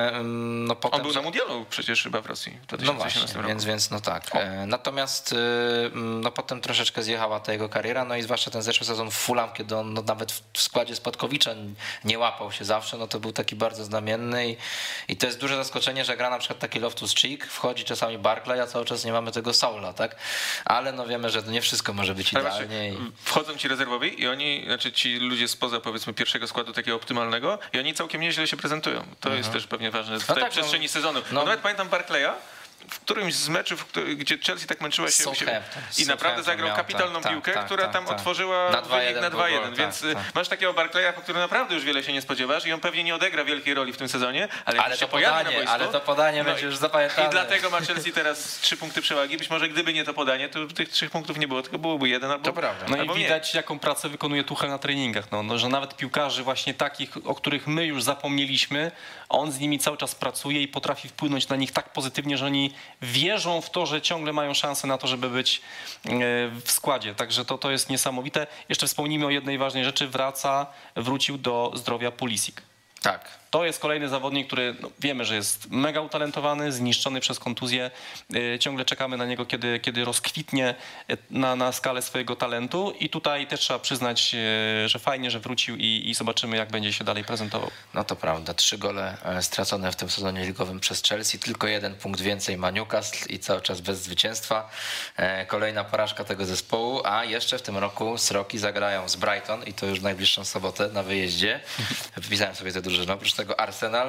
no potem... On był na mundialu przecież chyba w Rosji w 2018 roku. Więc no tak. Natomiast no potem troszeczkę zjechała ta jego kariera, no i zwłaszcza ten zeszły sezon w Fulham, kiedy on nawet w składzie Spadkowicza nie łapał się zawsze, no to był taki bardzo znamienny i to jest duże zaskoczenie, że gra na przykład taki Loftus-Cheek, wchodzi czasami Barkley, a cały czas nie mamy tego Saula, tak? Ale no wiemy, że to nie wszystko może być idealnie. Wchodzą ci rezerwowi i oni, znaczy ci ludzie spoza powiedzmy pierwszego składu takiego optymalnego i oni całkiem nieźle się prezentują. To jest też pewnie ważne w tej przestrzeni sezonu. Nawet pamiętam Barkleya, w którymś z meczów, gdzie Chelsea tak męczyła się i naprawdę zagrał kapitalną piłkę, która tam otworzyła wynik na 2-1, więc masz takiego Barkleya, po którym naprawdę już wiele się nie spodziewasz i on pewnie nie odegra wielkiej roli w tym sezonie, ale się pojawi na boisku, ale to podanie będzie już zapamiętane. I dlatego ma Chelsea teraz 3 punkty przewagi. Być może gdyby nie to podanie, to tych 3 punktów nie było, tylko byłoby 1 albo... To prawda. No i widać, jaką pracę wykonuje Tuchel na treningach, że nawet piłkarzy właśnie takich, o których my już zapomnieliśmy, on z nimi cały czas pracuje i potrafi wpłynąć na nich tak pozytywnie, że oni wierzą w to, że ciągle mają szansę na to, żeby być w składzie. Także to jest niesamowite. Jeszcze wspomnijmy o jednej ważnej rzeczy. Wrócił do zdrowia Pulisic. Tak. To jest kolejny zawodnik, który wiemy, że jest mega utalentowany, zniszczony przez kontuzję. Ciągle czekamy na niego, kiedy rozkwitnie na skalę swojego talentu. I tutaj też trzeba przyznać, że fajnie, że wrócił i zobaczymy, jak będzie się dalej prezentował. No to prawda. 3 gole stracone w tym sezonie ligowym przez Chelsea. Tylko 1 punkt więcej ma Newcastle i cały czas bez zwycięstwa. Kolejna porażka tego zespołu. A jeszcze w tym roku Sroki zagrają z Brighton i to już w najbliższą sobotę na wyjeździe. Wypisałem sobie tę drużynę. Oprócz tego Arsenal,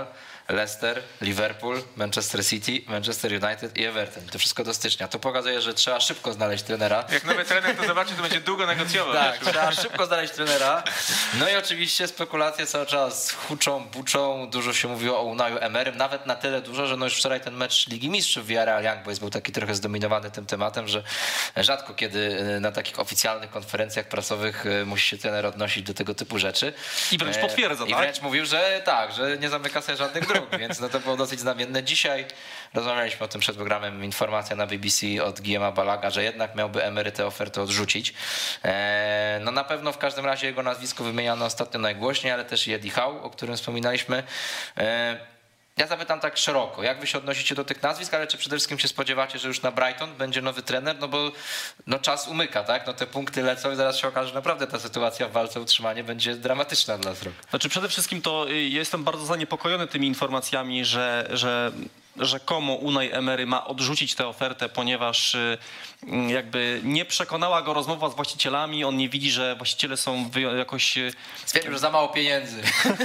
Leicester, Liverpool, Manchester City, Manchester United i Everton. To wszystko do stycznia. To pokazuje, że trzeba szybko znaleźć trenera. Jak nowy trener to zobaczy, to będzie długo negocjował. Tak, trzeba szybko znaleźć trenera. No i oczywiście spekulacje cały czas huczą, buczą. Dużo się mówiło o Unaiu Emerym, nawet na tyle dużo, że no już wczoraj ten mecz Ligi Mistrzów Villarreal Young Boys był taki trochę zdominowany tym tematem, że rzadko kiedy na takich oficjalnych konferencjach prasowych musi się trener odnosić do tego typu rzeczy. I wręcz potwierdza, I wręcz mówił, że tak, że nie zamyka sobie żadnych dróg, więc no to było dosyć znamienne. Dzisiaj rozmawialiśmy o tym przed programem, informacja na BBC od Guillaume'a Balaga, że jednak miałby Emery tę ofertę odrzucić. No na pewno w każdym razie jego nazwisko wymieniano ostatnio najgłośniej, ale też i Eddie Howe, o którym wspominaliśmy. Ja zapytam tak szeroko, jak wy się odnosicie do tych nazwisk, ale czy przede wszystkim się spodziewacie, że już na Brighton będzie nowy trener, no bo no czas umyka, tak? No te punkty lecą i zaraz się okaże, że naprawdę ta sytuacja w walce o utrzymanie będzie dramatyczna dla Srok. Znaczy przede wszystkim to ja jestem bardzo zaniepokojony tymi informacjami, że rzekomo Unai Emery ma odrzucić tę ofertę, ponieważ jakby nie przekonała go rozmowa z właścicielami, on nie widzi, że właściciele są jakoś... Stwierdził, że za mało pieniędzy,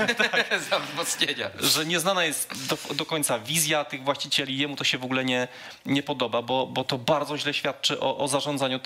za wzmocnienia. Że nieznana jest do końca wizja tych właścicieli, jemu to się w ogóle nie podoba, bo to bardzo źle świadczy o zarządzaniu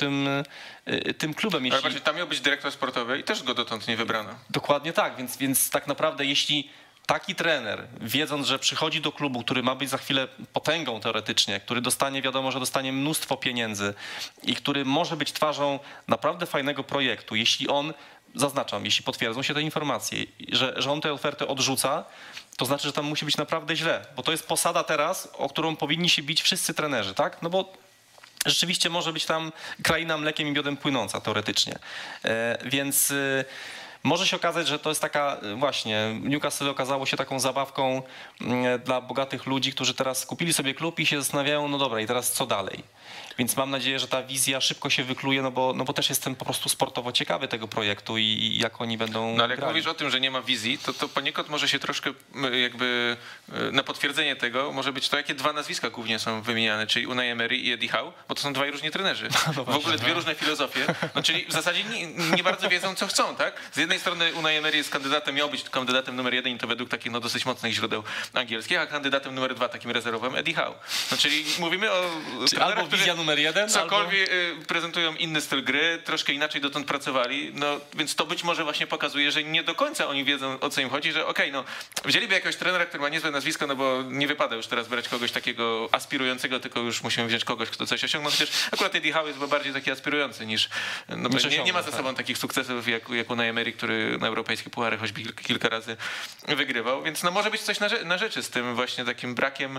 tym klubem. Ale właśnie tam miał być dyrektor sportowy i też go dotąd nie wybrano. Dokładnie tak, więc tak naprawdę jeśli taki trener, wiedząc, że przychodzi do klubu, który ma być za chwilę potęgą teoretycznie, który dostanie, wiadomo, że dostanie mnóstwo pieniędzy i który może być twarzą naprawdę fajnego projektu, jeśli on, zaznaczam, jeśli potwierdzą się te informacje, że on tę ofertę odrzuca, to znaczy, że tam musi być naprawdę źle, bo to jest posada teraz, o którą powinni się bić wszyscy trenerzy, tak? No bo rzeczywiście może być tam kraina mlekiem i miodem płynąca teoretycznie, więc... Może się okazać, że to jest taka właśnie, Newcastle okazało się taką zabawką dla bogatych ludzi, którzy teraz kupili sobie klub i się zastanawiają, no dobra, i teraz co dalej? Więc mam nadzieję, że ta wizja szybko się wykluje, no bo też jestem po prostu sportowo ciekawy tego projektu i jak oni będą No ale jak grali. mówisz o tym, że nie ma wizji, to poniekąd może się troszkę jakby na potwierdzenie tego może być to, jakie dwa nazwiska głównie są wymieniane, czyli Unai Emery i Eddie Howe, bo to są dwaj różni trenerzy. W ogóle dwie różne filozofie, no czyli w zasadzie nie bardzo wiedzą, co chcą, tak? Z jednej strony Unai Emery jest kandydatem, miał być kandydatem numer 1 i to według takich no dosyć mocnych źródeł angielskich, a kandydatem numer 2 takim rezerwowym Eddie Howe. No czyli mówimy o Albo wizja numer 1, cokolwiek prezentują inny styl gry, troszkę inaczej dotąd pracowali, no więc to być może właśnie pokazuje, że nie do końca oni wiedzą, o co im chodzi, że okej, no wzięliby jakiegoś trenera, który ma niezłe nazwisko, no bo nie wypada już teraz brać kogoś takiego aspirującego, tylko już musimy wziąć kogoś, kto coś osiągnął, chociaż akurat Eddie Howe jest chyba bardziej taki aspirujący niż, no nie ma za sobą takich sukcesów jak Unai Emery, który na europejskie puchary choćby kilka razy wygrywał, więc no może być coś na rzeczy z tym właśnie takim brakiem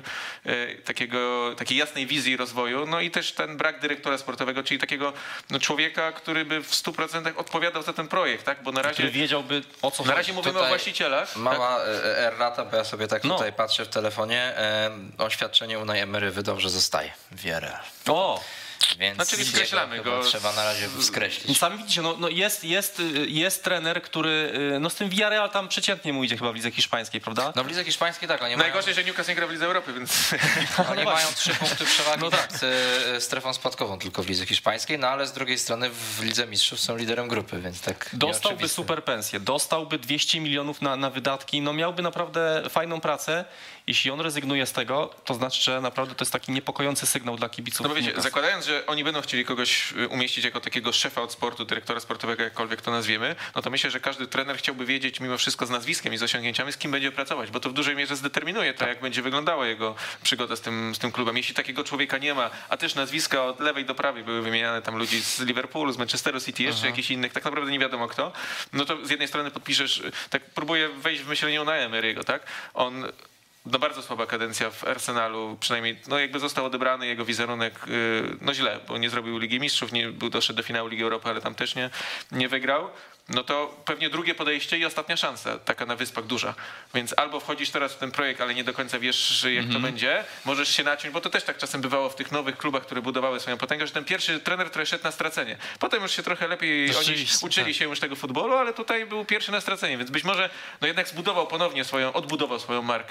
takiej jasnej wizji rozwoju, no i też ten brak dyrektora sportowego, czyli takiego no, człowieka, który by w 100% odpowiadał za ten projekt, tak? Bo na razie który wiedziałby, o co na razie mówimy tutaj o właścicielach. Mała errata, bo ja sobie tak tutaj patrzę w telefonie. Oświadczenie Unai Emery wydał, że zostaje w Villarreal. O! Więc No, czyli skreślamy go. Trzeba na razie skreślić. Sami widzicie, no jest trener, który, no z tym Villarreal tam przeciętnie mu idzie chyba w lidze hiszpańskiej, prawda? No w lidze hiszpańskiej tak, oni Najgorzej, że Newcastle nie gra w Lidze Europy, więc... Oni mają 3 punkty przewagi No tak. nad strefą spadkową tylko w lidze hiszpańskiej, no ale z drugiej strony w Lidze Mistrzów są liderem grupy, więc tak Dostałby nieoczywiste. super pensję, dostałby 200 milionów na wydatki, no miałby naprawdę fajną pracę. Jeśli on rezygnuje z tego, to znaczy, że naprawdę to jest taki niepokojący sygnał dla kibiców. No bo wiecie, Newcastle. zakładając, że oni będą chcieli kogoś umieścić jako takiego szefa od sportu, dyrektora sportowego, jakkolwiek to nazwiemy, no to myślę, że każdy trener chciałby wiedzieć mimo wszystko z nazwiskiem i z osiągnięciami, z kim będzie pracować, bo to w dużej mierze zdeterminuje to, jak będzie wyglądała jego przygoda z tym klubem. Jeśli takiego człowieka nie ma, a też nazwiska od lewej do prawej były wymieniane tam ludzi z Liverpoolu, z Manchesteru City, jeszcze jakichś innych, tak naprawdę nie wiadomo kto, no to z jednej strony podpiszesz, tak próbuję wejść w myślenie Unai Emery'ego, tak? On no bardzo słaba kadencja w Arsenalu, przynajmniej no jakby został odebrany jego wizerunek no źle, bo nie zrobił Ligi Mistrzów, doszedł do finału Ligi Europy, ale tam też nie wygrał. No to pewnie drugie podejście i ostatnia szansa, taka na Wyspach duża. Więc albo wchodzisz teraz w ten projekt, ale nie do końca wiesz, jak to będzie, możesz się naciąć, bo to też tak czasem bywało w tych nowych klubach, które budowały swoją potęgę, że ten pierwszy trener trochę szedł na stracenie. Potem już się trochę lepiej oni uczyli się już tego futbolu, ale tutaj był pierwszy na stracenie, więc być może no jednak odbudował swoją markę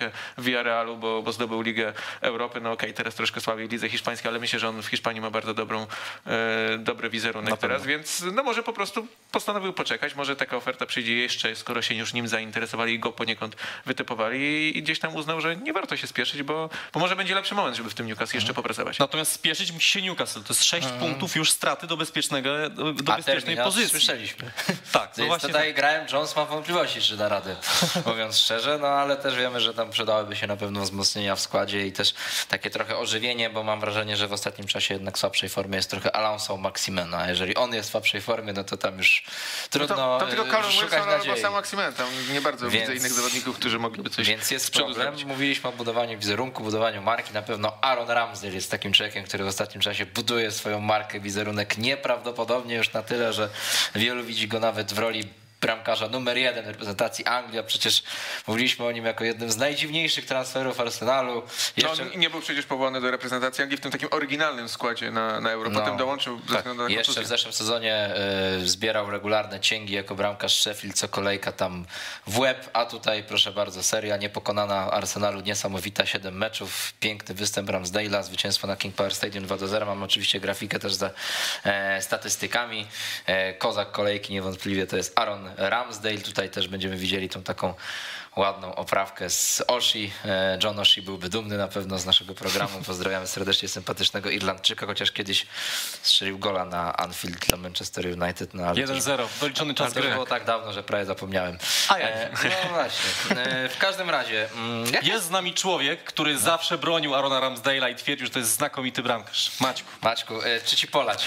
Villarrealu, bo zdobył Ligę Europy. No okej, teraz troszkę słabiej w lidze hiszpańskiej, ale myślę, że on w Hiszpanii ma bardzo dobry wizerunek teraz, więc no może po prostu postanowił poczekać, może taka oferta przyjdzie jeszcze, skoro się już nim zainteresowali i go poniekąd wytypowali i gdzieś tam uznał, że nie warto się spieszyć, bo może będzie lepszy moment, żeby w tym Newcastle jeszcze popracować. Natomiast spieszyć musi się Newcastle. To jest 6 punktów już straty do bezpiecznej pozycji. Słyszeliśmy. Tak, no właśnie tutaj Graham Jones ma wątpliwości, czy da radę, mówiąc szczerze, no ale też wiemy, że tam przydałyby się na pewno wzmocnienia w składzie i też takie trochę ożywienie, bo mam wrażenie, że w ostatnim czasie jednak w słabszej formie jest trochę Alonso Maximen, a jeżeli on jest w słabszej formie, no to tam już trudno tam tylko Callum szukać Wilson nadziei. albo sam Maximen, tam nie bardzo widzę innych zawodników, którzy mogliby coś Więc jest z przodu problem. zrobić. Mówiliśmy o budowaniu wizerunku, budowaniu marki. Na pewno Aaron Ramsdale jest takim człowiekiem, który w ostatnim czasie buduje swoją markę, wizerunek nieprawdopodobnie już na tyle, że wielu widzi go nawet w roli bramkarza numer 1 reprezentacji Anglii, a przecież mówiliśmy o nim jako jednym z najdziwniejszych transferów Arsenalu. Jeszcze... No, nie był przecież powołany do reprezentacji Anglii w tym takim oryginalnym składzie na Euro. Potem dołączył ze względu na jeszcze kontuzję. w zeszłym sezonie zbierał regularne cięgi jako bramkarz Sheffield, co kolejka tam w łeb, a tutaj proszę bardzo, seria niepokonana Arsenalu, niesamowita, 7 meczów, piękny występ Ramsdale'a, zwycięstwo na King Power Stadium 2-0. Mam oczywiście grafikę też za statystykami. Kozak kolejki niewątpliwie to jest Aaron Ramsdale. Tutaj też będziemy widzieli tą taką ładną oprawkę z Oshie. John Oshie byłby dumny na pewno z naszego programu. Pozdrawiamy serdecznie sympatycznego Irlandczyka, chociaż kiedyś strzelił gola na Anfield dla Manchester United. No, 1-0, doliczony czas to gry. było tak dawno, że prawie zapomniałem. A ja. No właśnie. W każdym razie... Jest z nami człowiek, który zawsze bronił Aarona Ramsdale'a i twierdził, że to jest znakomity bramkarz. Maćku, czy ci polać?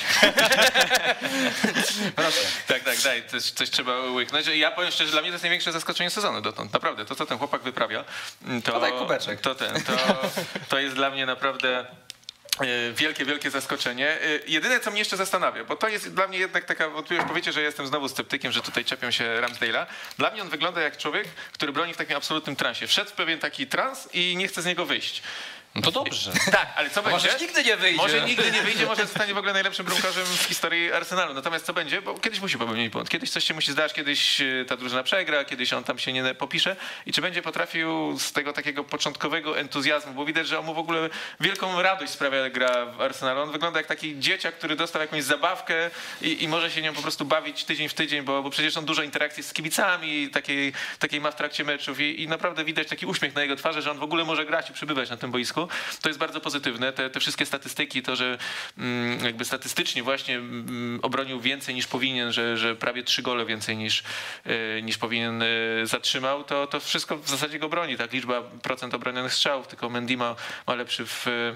Proszę. Tak, daj, coś trzeba łyknąć. Ja powiem szczerze, dla mnie to jest największe zaskoczenie sezonu dotąd. Naprawdę, to co ten chłopak wyprawia, Podaj kubeczek. To jest dla mnie naprawdę wielkie zaskoczenie. Jedyne, co mnie jeszcze zastanawia, bo to jest dla mnie jednak taka wątpliwość, powiecie, że jestem znowu sceptykiem, że tutaj czepią się Ramsdale'a. Dla mnie on wygląda jak człowiek, który broni w takim absolutnym transie. Wszedł w pewien taki trans i nie chce z niego wyjść. No to dobrze. Tak, ale co będzie? Może nigdy nie wyjdzie. Może nigdy nie wyjdzie, może zostanie w ogóle najlepszym bramkarzem w historii Arsenalu. Natomiast co będzie? Bo kiedyś musi popełnić błąd. Kiedyś coś się musi zdać, kiedyś ta drużyna przegra, kiedyś on tam się nie popisze. I czy będzie potrafił z tego takiego początkowego entuzjazmu, bo widać, że on mu w ogóle wielką radość sprawia gra w Arsenalu. On wygląda jak taki dzieciak, który dostał jakąś zabawkę i może się nią po prostu bawić tydzień w tydzień, bo przecież on dużo interakcji z kibicami, takiej ma w trakcie meczów i naprawdę widać taki uśmiech na jego twarzy, że on w ogóle może grać i przebywać na tym boisku. To jest bardzo pozytywne. Te wszystkie statystyki, to, że jakby statystycznie właśnie obronił więcej niż powinien, że prawie 3 gole więcej niż powinien zatrzymał, to wszystko w zasadzie go broni. Tak, liczba procent obronionych strzałów, tylko Mendy ma lepszy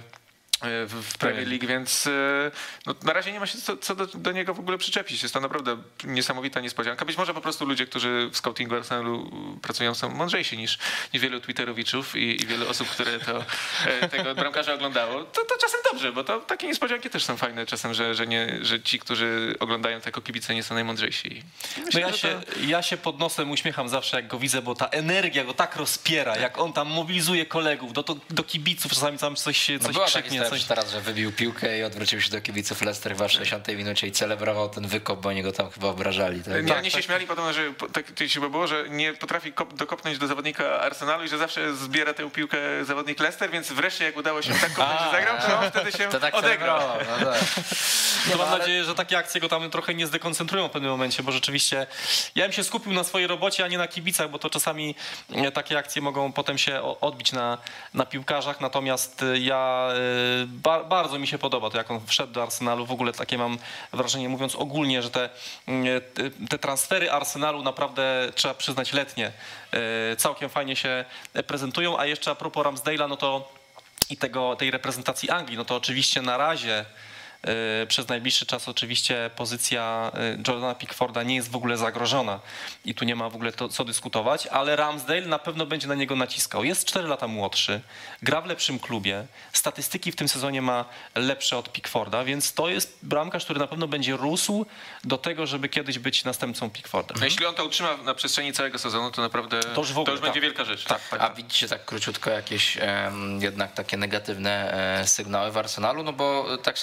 w Premier League, więc no, na razie nie ma się co do niego w ogóle przyczepić. Jest to naprawdę niesamowita niespodzianka. Być może po prostu ludzie, którzy w scoutingu Arsenalu pracują, są mądrzejsi niż wielu twitterowiczów i wielu osób, które tego bramkarza oglądało. To czasem dobrze, bo to takie niespodzianki też są fajne czasem, że ci, którzy oglądają jako kibice, nie są najmądrzejsi. Myślę, ja się pod nosem uśmiecham zawsze, jak go widzę, bo ta energia go tak rozpiera, jak on tam mobilizuje kolegów, do kibiców, czasami tam coś krzyknie. Coś teraz, że wybił piłkę i odwrócił się do kibiców Leicester w 60 minucie i celebrował ten wykop, bo oni go tam chyba obrażali. Tak? Oni się śmiali potem, że tak chyba było, że nie potrafi dokopnąć do zawodnika Arsenalu i że zawsze zbiera tę piłkę zawodnik Leicester, więc wreszcie jak udało się tak kopnąć, że zagrał, to on wtedy się tak odegrał. No tak. To mam nadzieję, że takie akcje go tam trochę nie zdekoncentrują w pewnym momencie, bo rzeczywiście ja bym się skupił na swojej robocie, a nie na kibicach, bo to czasami takie akcje mogą potem się odbić na piłkarzach, natomiast ja bardzo mi się podoba to, jak on wszedł do Arsenalu. W ogóle takie mam wrażenie, mówiąc ogólnie, że te transfery Arsenalu naprawdę, trzeba przyznać, letnie całkiem fajnie się prezentują, a jeszcze a propos Ramsdale'a, no to i tej reprezentacji Anglii, no to oczywiście na razie przez najbliższy czas oczywiście pozycja Jordana Pickforda nie jest w ogóle zagrożona i tu nie ma w ogóle co dyskutować, ale Ramsdale na pewno będzie na niego naciskał. Jest 4 lata młodszy, gra w lepszym klubie, statystyki w tym sezonie ma lepsze od Pickforda, więc to jest bramkarz, który na pewno będzie rósł do tego, żeby kiedyś być następcą Pickforda. No, jeśli on to utrzyma na przestrzeni całego sezonu, to naprawdę to już będzie wielka rzecz. Tak. A widzicie tak króciutko jakieś jednak takie negatywne sygnały w Arsenalu, no bo tak się znamy, jaka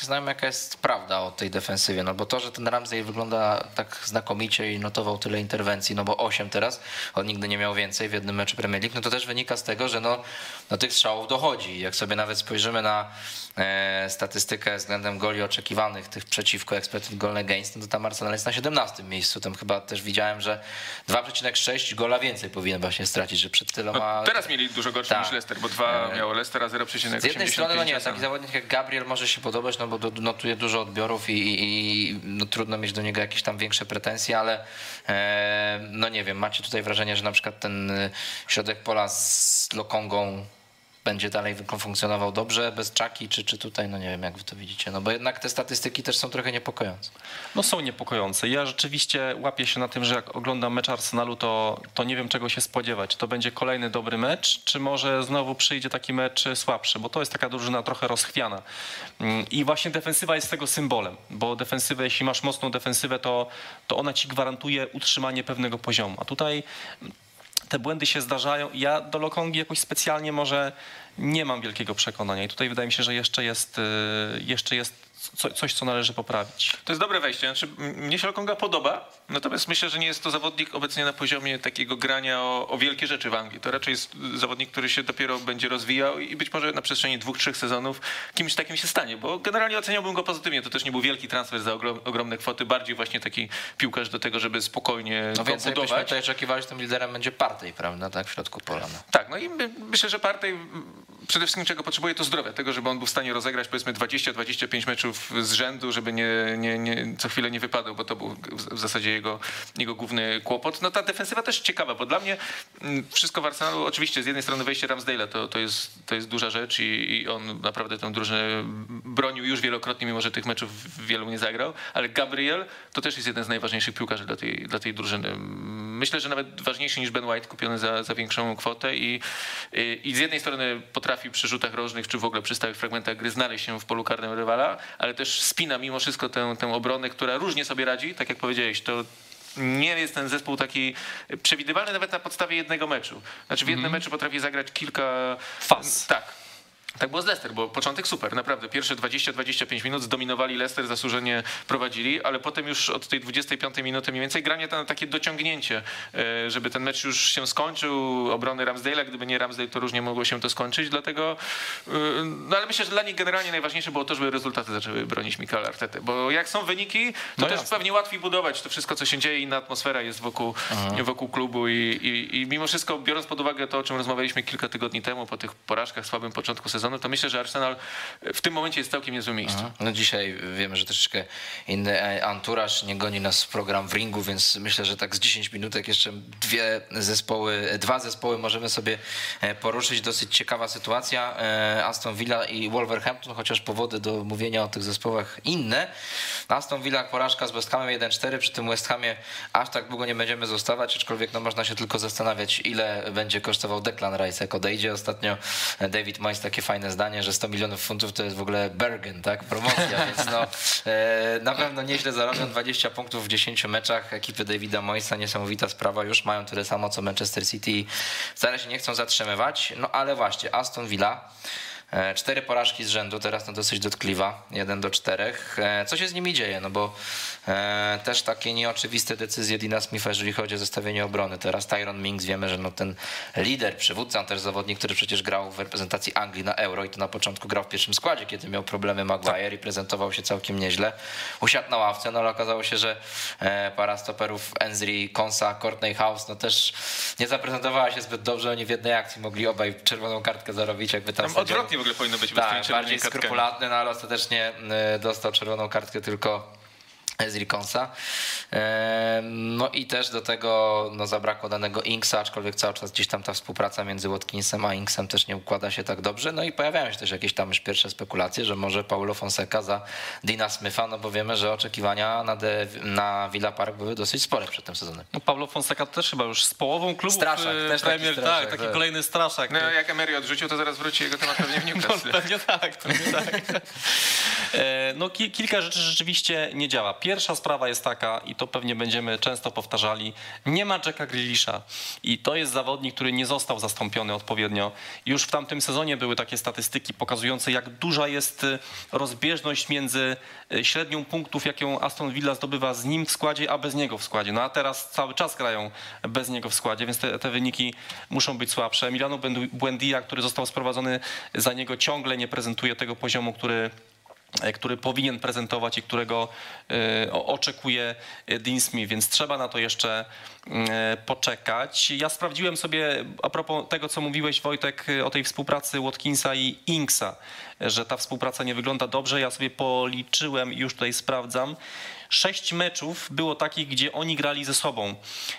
jaka jest prawda o tej defensywie, no bo to, że ten Ramsdale wygląda tak znakomicie i notował tyle interwencji, no bo 8 teraz, on nigdy nie miał więcej w jednym meczu Premier League, no to też wynika z tego, że no tych strzałów dochodzi. Jak sobie nawet spojrzymy na statystykę względem goli oczekiwanych, tych przeciwko expected goal against, no to tam Arsenal jest na 17 miejscu. Tam chyba też widziałem, że 2,6 gola więcej powinien właśnie stracić, że przed tyloma... No, teraz mieli dużo gorsze niż Leicester, bo 2 miało Leicester, a 0,85. Z jednej strony, no nie, taki zawodnik jak Gabriel może się podobać, no bo notuje dużo odbiorów i no, trudno mieć do niego jakieś tam większe pretensje, ale no nie wiem, macie tutaj wrażenie, że na przykład ten środek pola z Lokongą będzie dalej funkcjonował dobrze, bez Czaki, czy tutaj, no nie wiem, jak wy to widzicie, no bo jednak te statystyki też są trochę niepokojące. No są niepokojące. Ja rzeczywiście łapię się na tym, że jak oglądam mecz Arsenalu, to nie wiem czego się spodziewać. To będzie kolejny dobry mecz, czy może znowu przyjdzie taki mecz słabszy, bo to jest taka drużyna trochę rozchwiana. I właśnie defensywa jest tego symbolem, bo defensywę, jeśli masz mocną defensywę, to ona ci gwarantuje utrzymanie pewnego poziomu. A tutaj te błędy się zdarzają. Ja do Lokongi jakoś specjalnie może nie mam wielkiego przekonania i tutaj wydaje mi się, że jeszcze jest coś, co należy poprawić. To jest dobre wejście. Znaczy, mnie się Lokonga podoba, natomiast myślę, że nie jest to zawodnik obecnie na poziomie takiego grania o wielkie rzeczy w Anglii. To raczej jest zawodnik, który się dopiero będzie rozwijał i być może na przestrzeni 2-3 sezonów kimś takim się stanie, bo generalnie oceniałbym go pozytywnie. To też nie był wielki transfer za ogromne kwoty, bardziej właśnie taki piłkarz do tego, żeby spokojnie no go więcej budować. byśmy tutaj oczekiwali, że tym liderem będzie Partey, prawda, tak, w środku pola. No. Tak, no i myślę, że Partey przede wszystkim czego potrzebuje, to zdrowia, tego, żeby on był w stanie rozegrać powiedzmy 20-25 meczów z rzędu, żeby nie co chwilę nie wypadał, bo to był w zasadzie jego główny kłopot. No ta defensywa też ciekawa, bo dla mnie wszystko w Arsenalu, oczywiście z jednej strony wejście Ramsdale'a to jest duża rzecz i on naprawdę tę drużynę bronił już wielokrotnie, mimo że tych meczów wielu nie zagrał, ale Gabriel to też jest jeden z najważniejszych piłkarzy dla tej drużyny. Myślę, że nawet ważniejszy niż Ben White, kupiony za większą kwotę i z jednej strony potrafi przy rzutach rożnych, czy w ogóle przy stałych fragmentach gry znaleźć się w polu karnym rywala, ale też spina mimo wszystko tę obronę, która różnie sobie radzi, tak jak powiedziałeś, to nie jest ten zespół taki przewidywalny nawet na podstawie jednego meczu. Znaczy w jednym meczu potrafi zagrać kilka faz. Tak było z Leicester, bo początek super, naprawdę. Pierwsze 20-25 minut zdominowali Leicester, zasłużenie prowadzili, ale potem już od tej 25 minuty mniej więcej granie na takie dociągnięcie, żeby ten mecz już się skończył, obrony Ramsdale'a, gdyby nie Ramsdale, to różnie mogło się to skończyć, dlatego, no ale myślę, że dla nich generalnie najważniejsze było to, żeby rezultaty zaczęły bronić Mikel Artetę, bo jak są wyniki, to no też jasne. pewnie łatwiej budować to wszystko, co się dzieje, inna atmosfera jest wokół klubu i mimo wszystko, biorąc pod uwagę to, o czym rozmawialiśmy kilka tygodni temu, po tych porażkach, słabym początku sezonu, to myślę, że Arsenal w tym momencie jest w całkiem niezłym miejscu. No dzisiaj wiemy, że troszeczkę inny anturaż, nie goni nas program w ringu, więc myślę, że tak z 10 minutek jeszcze dwa zespoły możemy sobie poruszyć. Dosyć ciekawa sytuacja. Aston Villa i Wolverhampton, chociaż powody do mówienia o tych zespołach inne. Aston Villa porażka z West Hamem 1-4, przy tym West Hamie aż tak długo nie będziemy zostawać, aczkolwiek no można się tylko zastanawiać, ile będzie kosztował Declan Rice, jak odejdzie. Ostatnio David Moyes takie fajne zdanie, że 100 milionów funtów to jest w ogóle bargain, tak? Promocja, więc no na pewno nieźle zarobią 20 punktów w 10 meczach ekipy Davida Moyesa, niesamowita sprawa, już mają tyle samo co Manchester City i wcale się nie chcą zatrzymywać, no ale właśnie Aston Villa 4 porażki z rzędu, teraz no dosyć dotkliwa, 1-4. Co się z nimi dzieje? No bo też takie nieoczywiste decyzje Deana Smitha, jeżeli chodzi o zestawienie obrony. Teraz Tyrone Mings, wiemy, że no ten lider, przywódca, on też zawodnik, który przecież grał w reprezentacji Anglii na Euro i to na początku grał w pierwszym składzie, kiedy miał problemy Maguire i prezentował się całkiem nieźle. Usiadł na ławce, no ale okazało się, że para stoperów Enzri, Konsa, Courtney House no też nie zaprezentowała się zbyt dobrze. Oni w jednej akcji mogli obaj czerwoną kartkę zarobić, jakby tam odwrotnie w ogóle powinno być bez tej tak, czerwonej bardziej kartkami. skrupulatny, no ale ostatecznie dostał czerwoną kartkę tylko Ezri Konsa. No i też do tego no, zabrakło danego Inksa, aczkolwiek cały czas gdzieś tam ta współpraca między Watkinsem a Inksem też nie układa się tak dobrze. No i pojawiają się też jakieś tam już pierwsze spekulacje, że może Paulo Fonseca za Deana Smitha, no bo wiemy, że oczekiwania na Villa Park były dosyć spore przed tym sezonem. No Pawlo Fonseca to też chyba już z połową klubów Straszak, też taki Premier, straszak, tak, taki tak. kolejny straszak. No jak Emery odrzucił, to zaraz wróci jego temat pewnie w Newcastle. Pewnie tak. No kilka rzeczy rzeczywiście nie działa. Pierwsza sprawa jest taka, i to pewnie będziemy często powtarzali, nie ma Jacka Grealisha i to jest zawodnik, który nie został zastąpiony odpowiednio. Już w tamtym sezonie były takie statystyki pokazujące, jak duża jest rozbieżność między średnią punktów, jaką Aston Villa zdobywa z nim w składzie, a bez niego w składzie. No a teraz cały czas grają bez niego w składzie, więc te wyniki muszą być słabsze. Emiliano Buendia, który został sprowadzony za niego, ciągle nie prezentuje tego poziomu, który powinien prezentować i którego oczekuje Dean Smith, więc trzeba na to jeszcze poczekać. Ja sprawdziłem sobie, a propos tego, co mówiłeś, Wojtek, o tej współpracy Watkinsa i Inksa, że ta współpraca nie wygląda dobrze. Ja sobie policzyłem i już tutaj sprawdzam. 6 meczów było takich, gdzie oni grali ze sobą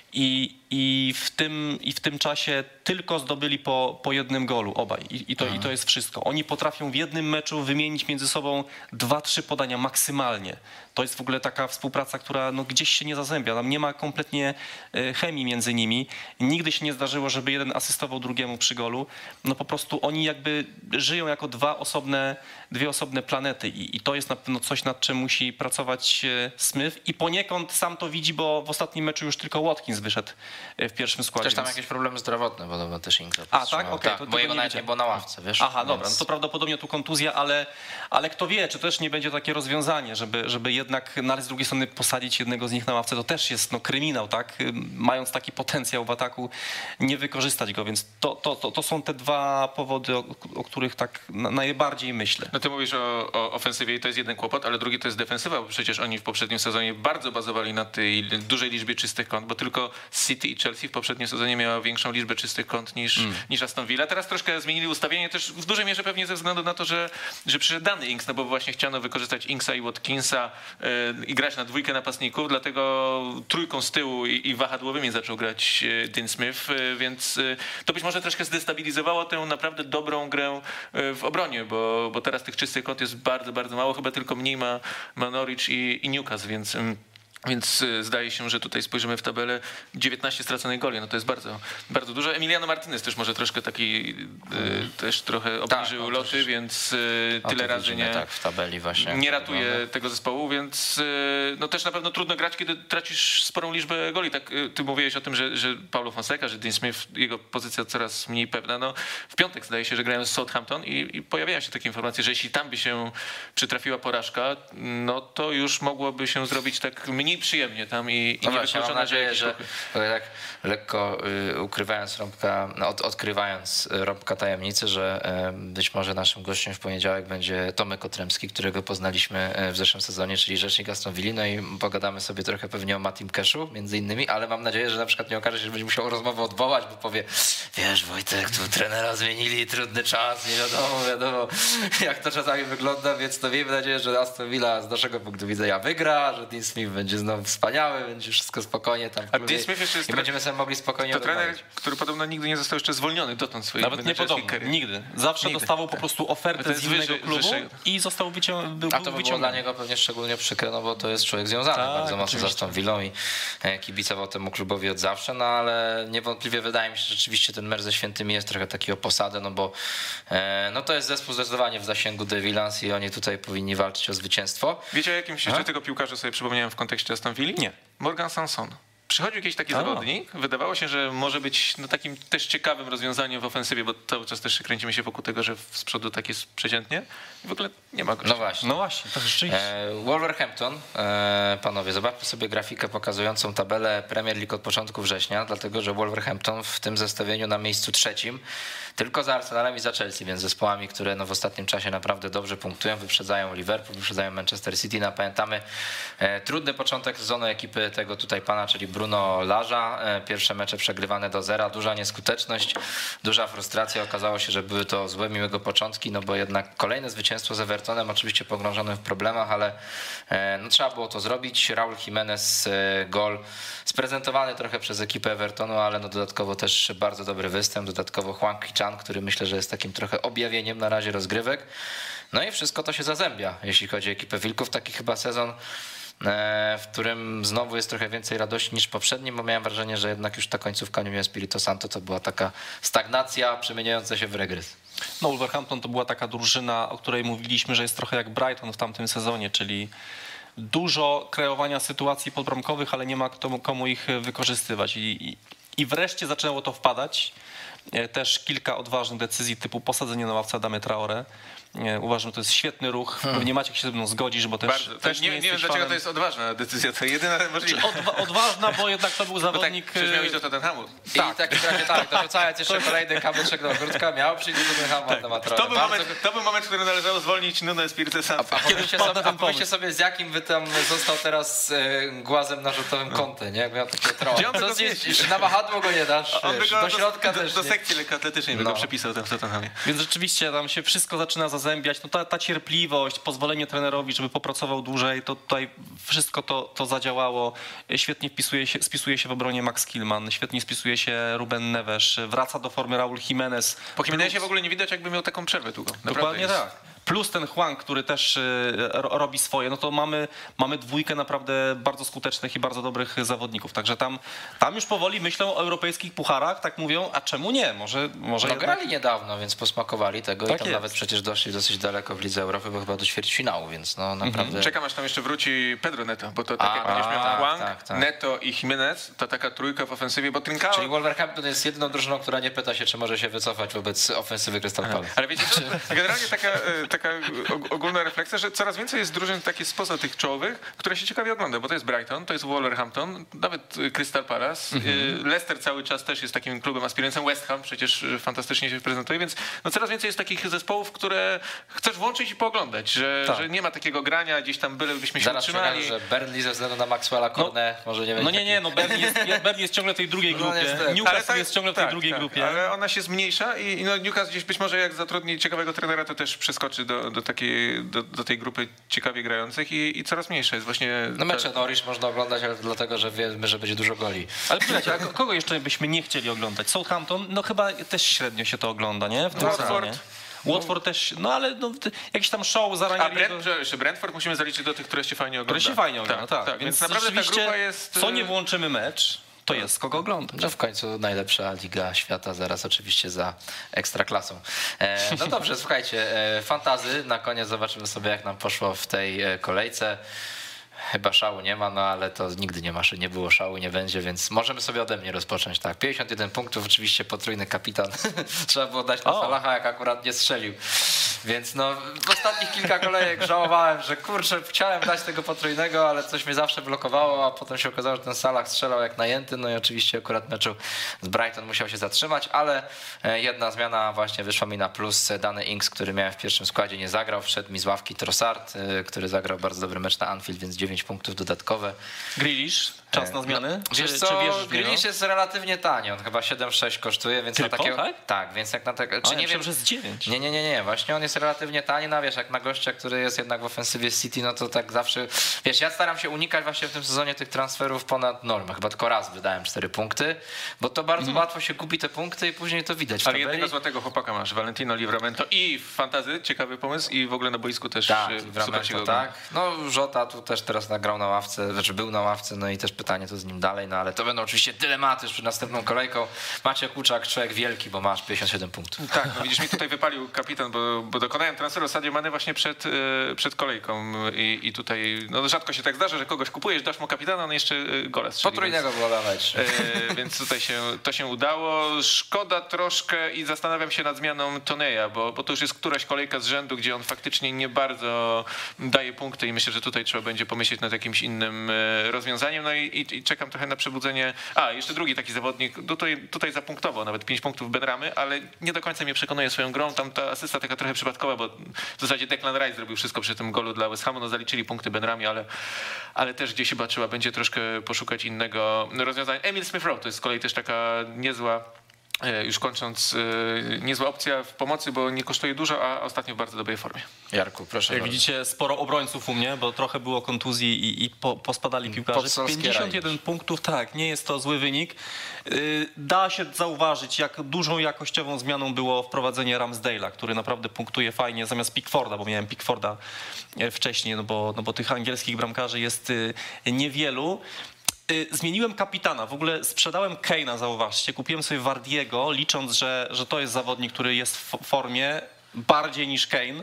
i w tym czasie tylko zdobyli po jednym golu obaj i to jest wszystko. Oni potrafią w jednym meczu wymienić między sobą 2-3 podania maksymalnie. To jest w ogóle taka współpraca, która no gdzieś się nie zazębia. Tam nie ma kompletnie chemii między nimi. Nigdy się nie zdarzyło, żeby jeden asystował drugiemu przy golu. No po prostu oni jakby żyją jako dwie osobne planety i to jest na pewno coś, nad czym musi pracować Smith i poniekąd sam to widzi, bo w ostatnim meczu już tylko Watkins wyszedł w pierwszym składzie. Też tam jakieś problemy zdrowotne, podobno też Inksa. A tak? Okej. Tak, bo jego nawet nie było na ławce, wiesz? Aha, dobra, no to prawdopodobnie tu kontuzja, ale kto wie, czy też nie będzie takie rozwiązanie, żeby jednak ale z drugiej strony posadzić jednego z nich na ławce, to też jest kryminał, tak? Mając taki potencjał w ataku, nie wykorzystać go, więc to są te dwa powody, o których tak najbardziej myślę. No ty mówisz o ofensywie i to jest jeden kłopot, ale drugi to jest defensywa, bo przecież oni w poprzednim sezonie bardzo bazowali na tej dużej liczbie czystych kąt, bo tylko City i Chelsea w poprzednim sezonie miała większą liczbę czystych kąt niż Aston Villa. Teraz troszkę zmienili ustawienie, też w dużej mierze pewnie ze względu na to, że przyszedł Danny Ings, no bo właśnie chciano wykorzystać Inksa i Watkinsa i grać na dwójkę napastników, dlatego trójką z tyłu i wahadłowymi zaczął grać Dean Smith, więc to być może troszkę zdestabilizowało tę naprawdę dobrą grę w obronie, bo teraz tych czystych kąt jest bardzo, bardzo mało, chyba tylko mniej ma Norwich i Newcastle, więc zdaje się, że tutaj spojrzymy w tabelę, 19 straconych goli, no to jest bardzo, bardzo dużo. Emiliano Martinez też może troszkę taki też trochę obniżył loty, więc tyle razy w tabeli właśnie nie ratuje tego zespołu, więc no też na pewno trudno grać, kiedy tracisz sporą liczbę goli. Tak, ty mówiłeś o tym, że Paulo Fonseca, że Dean Smith, jego pozycja coraz mniej pewna. No, w piątek zdaje się, że grają z Southampton i pojawiają się takie informacje, że jeśli tam by się przytrafiła porażka, no to już mogłoby się zrobić tak mniej przyjemnie tam i no nie właśnie, mam nadzieję, że tak lekko odkrywając rąbka tajemnicy, że być może naszym gościem w poniedziałek będzie Tomek Otremski, którego poznaliśmy w zeszłym sezonie, czyli rzecznik Aston Villa, no i pogadamy sobie trochę pewnie o Mattim Cashu między innymi, ale mam nadzieję, że na przykład nie okaże się, że będzie musiał rozmowę odwołać, bo powie, wiesz Wojtek, tu trenera zmienili, trudny czas, nie wiadomo jak to czasami wygląda, więc to miejmy nadzieję, że Aston Villa z naszego punktu widzenia wygra, że Dean Smith będzie znowu wspaniały, będzie wszystko spokojnie tam w klubie. A Dean Smith jeszcze jest będziemy sobie mogli spokojnie to trener, który podobno nigdy nie został jeszcze zwolniony dotąd swojej nawet nie podobno, nigdy. Zawsze dostawał po prostu ofertę z innego klubu i został wyciągnięty. A to by było dla niego pewnie szczególnie przykre, no bo to jest człowiek związany bardzo mocno z Aston Villą i kibicował temu klubowi od zawsze, no ale niewątpliwie wydaje mi się, że rzeczywiście ten mecz ze Świętymi jest trochę taki o posadę, no bo no to jest zespół zdecydowanie w zasięgu The Villans i oni tutaj powinni walczyć o zwycięstwo. Wiecie o jakimś jeszcze tego piłkarza sobie przypomniałem w kontekście Aston Villa? Nie. Morgan Sanson. Przychodził jakiś taki zawodnik, wydawało się, że może być takim też ciekawym rozwiązaniem w ofensywie, bo cały czas też kręcimy się wokół tego, że z przodu tak jest przeciętnie i w ogóle nie ma gościa. No właśnie, to rzeczywiście. Wolverhampton, panowie, zobaczmy sobie grafikę pokazującą tabelę Premier League od początku września, dlatego że Wolverhampton w tym zestawieniu na miejscu 3, tylko za Arsenalem i za Chelsea, więc zespołami, które w ostatnim czasie naprawdę dobrze punktują, wyprzedzają Liverpool, wyprzedzają Manchester City. No, pamiętamy trudny początek sezonu ekipy tego tutaj pana, czyli Bruno Larza. Pierwsze mecze przegrywane do 0, duża nieskuteczność, duża frustracja. Okazało się, że były to złe, miłego początki, no bo jednak kolejne zwycięstwo z Evertonem, oczywiście pogrążonym w problemach, ale no, trzeba było to zrobić. Raul Jimenez, gol sprezentowany trochę przez ekipę Evertonu, ale no dodatkowo też bardzo dobry występ, dodatkowo Hwang Hee-chan, który myślę, że jest takim trochę objawieniem na razie rozgrywek. No i wszystko to się zazębia, jeśli chodzi o ekipę Wilków. Taki chyba sezon, w którym znowu jest trochę więcej radości niż poprzednim, bo miałem wrażenie, że jednak już ta końcówka Nuno Espirito Santo to była taka stagnacja przemieniająca się w regres. No, Wolverhampton to była taka drużyna, o której mówiliśmy, że jest trochę jak Brighton w tamtym sezonie, czyli dużo kreowania sytuacji podbramkowych, ale nie ma komu ich wykorzystywać. I wreszcie zaczęło to wpadać. Też kilka odważnych decyzji typu posadzenie na ławce Adamy Traoré. Uważam, że to jest świetny ruch. Pewnie Maciek się ze mną zgodzisz, bo też nie wiem, dlaczego to jest odważna decyzja, to jedyna możliwa. Odważna, bo jednak to był zawodnik... Tak, przecież miał iść do Tottenhamu. I w takim razie tak, dorzucając jeszcze kolejny kamyczek do ogródka, miał przyjść do Tottenhamu Adama Traoré. To był moment, w którym należało zwolnić Nuno Espirito Santo. A pomyślcie sobie, z jakim by tam został teraz głazem na rzutowym kątem, nie? Jak miał takie Traoré. Na wahadło go nie dasz, do środka też. Do sekcji lekkoatletycznej by go przepisał tam w Tottenhamie. Więc rzeczywiście tam się wszystko zaczyna zazębiać. No ta cierpliwość, pozwolenie trenerowi, żeby popracował dłużej, to tutaj wszystko to zadziałało. Świetnie spisuje się w obronie Max Kilman, świetnie spisuje się Ruben Neves, wraca do formy Raul Jimenez. Po Jimenezie w ogóle nie widać, jakby miał taką przerwę długą. Dokładnie tak. Plus ten Hwang, który też robi swoje, no to mamy dwójkę naprawdę bardzo skutecznych i bardzo dobrych zawodników. Także tam już powoli myślą o europejskich pucharach, tak mówią, a czemu nie? Może no jednak... grali niedawno, więc posmakowali tego Tak i tam jest. nawet przecież doszli dosyć daleko w Lidze Europy, bo chyba do ćwierćfinału, więc no naprawdę... Czekam, aż tam jeszcze wróci Pedro Neto, bo to tak jak będziesz miał Hwang, Neto i Jimenez, to taka trójka w ofensywie, bo Trincao... Czyli Wolverhampton jest jedyną drużyną, która nie pyta się, czy może się wycofać wobec ofensywy Crystal Palace. Ale wiecie co, generalnie taka ogólna refleksja, że coraz więcej jest drużyn takich spoza tych czołowych, które się ciekawie ogląda, bo to jest Brighton, to jest Wolverhampton, nawet Crystal Palace, Leicester cały czas też jest takim klubem aspirującym, West Ham przecież fantastycznie się prezentuje, więc no coraz więcej jest takich zespołów, które chcesz włączyć i pooglądać, że nie ma takiego grania, gdzieś tam byśmy się Zaraz utrzymali. że Burnley ze względu na Maxwella Cornet może nie będzie. Burnley jest ciągle w tej drugiej grupie. Newcastle jest ciągle w tej drugiej grupie. Ale ona się zmniejsza i Newcastle gdzieś być może jak zatrudni ciekawego trenera, to też przeskoczy do tej grupy ciekawie grających i coraz mniejsza jest właśnie... No mecze Norwich można oglądać, ale dlatego, że wiemy, że będzie dużo goli. Ale pytać, a kogo jeszcze byśmy nie chcieli oglądać? Southampton? No chyba też średnio się to ogląda, nie? W tym sezonie. Watford też, no ale jakiś tam show zaraniego. A Brentford musimy zaliczyć do tych, które się fajnie ogląda. Które się fajnie ogląda, tak. Więc naprawdę ta grupa jest... Co nie włączymy mecz, to jest kogo oglądać. No w końcu najlepsza liga świata, zaraz oczywiście za Ekstraklasą. No dobrze, słuchajcie, fantazy, na koniec zobaczymy sobie, jak nam poszło w tej kolejce. Chyba szału nie ma, no ale to nigdy nie było szału, nie będzie, więc możemy sobie ode mnie rozpocząć. Tak, 51 punktów, oczywiście potrójny kapitan. Trzeba było dać na Salaha, jak akurat nie strzelił. Więc no w ostatnich kilka kolejek żałowałem, że kurczę, chciałem dać tego potrójnego, ale coś mnie zawsze blokowało, a potem się okazało, że ten Salah strzelał jak najęty, no i oczywiście akurat meczu z Brighton musiał się zatrzymać, ale jedna zmiana właśnie wyszła mi na plus. Danny Ings, który miałem w pierwszym składzie, nie zagrał, wszedł mi z ławki Trossard, który zagrał bardzo dobry mecz na Anfield, więc 9 punktów dodatkowe. Grealish, czas na zmiany? Wiesz co, Grealish jest relatywnie tani, on chyba 7,6 kosztuje, więc tylko, na takiego... tak? Tak, więc jak na tego... Czy nie wiem, że jest 9. Nie, właśnie on jest relatywnie tani, no wiesz, jak na gościa, który jest jednak w ofensywie City, no to tak zawsze... Wiesz, ja staram się unikać właśnie w tym sezonie tych transferów ponad normę, chyba tylko raz wydałem 4 punkty, bo to bardzo łatwo się kupi te punkty i później to widać w Ale tabeli. jednego złotego chłopaka masz, Valentino Livramento i w fantazy, ciekawy pomysł i w ogóle na boisku też tak, super się go tak. No Żota tu też teraz nagrał na ławce, znaczy był na ławce, no i też pytanie co z nim dalej, no ale to będą oczywiście dylematy już przed następną kolejką. Maciek Kuczak, człowiek wielki, bo masz 57 punktów. Tak, no widzisz, mi tutaj wypalił kapitan, bo dokonałem transferu Sadio Mane właśnie przed kolejką i tutaj no rzadko się tak zdarza, że kogoś kupujesz, dasz mu kapitana, on jeszcze gola strzeli. Potrójnego gola mecz. Więc tutaj to się udało. Szkoda troszkę i zastanawiam się nad zmianą Toneja, bo to już jest któraś kolejka z rzędu, gdzie on faktycznie nie bardzo daje punkty i myślę, że tutaj trzeba będzie pomyśleć nad jakimś innym rozwiązaniem. No i czekam trochę na przebudzenie. Jeszcze drugi taki zawodnik, tutaj zapunktował nawet 5 punktów Benramy, ale nie do końca mnie przekonuje swoją grą. Tam ta asysta taka trochę przypadkowa, bo w zasadzie Declan Rice zrobił wszystko przy tym golu dla West Hamu. No zaliczyli punkty Benramy, ale też gdzieś chyba trzeba będzie troszkę poszukać innego rozwiązania. Emil Smith-Rowe to jest z kolei też taka niezła, już kończąc, niezła opcja w pomocy, bo nie kosztuje dużo, a ostatnio w bardzo dobrej formie. Jarku, proszę Jak bardzo. widzicie, sporo obrońców u mnie, bo trochę było kontuzji i pospadali piłkarze. 51 punktów, tak, nie jest to zły wynik. Da się zauważyć, jak dużą jakościową zmianą było wprowadzenie Ramsdale'a, który naprawdę punktuje fajnie zamiast Pickforda, bo miałem Pickforda wcześniej, no bo tych angielskich bramkarzy jest niewielu. Zmieniłem kapitana, w ogóle sprzedałem Kane'a, zauważcie, kupiłem sobie Wardiego, licząc, że to jest zawodnik, który jest w formie. bardziej niż Kane.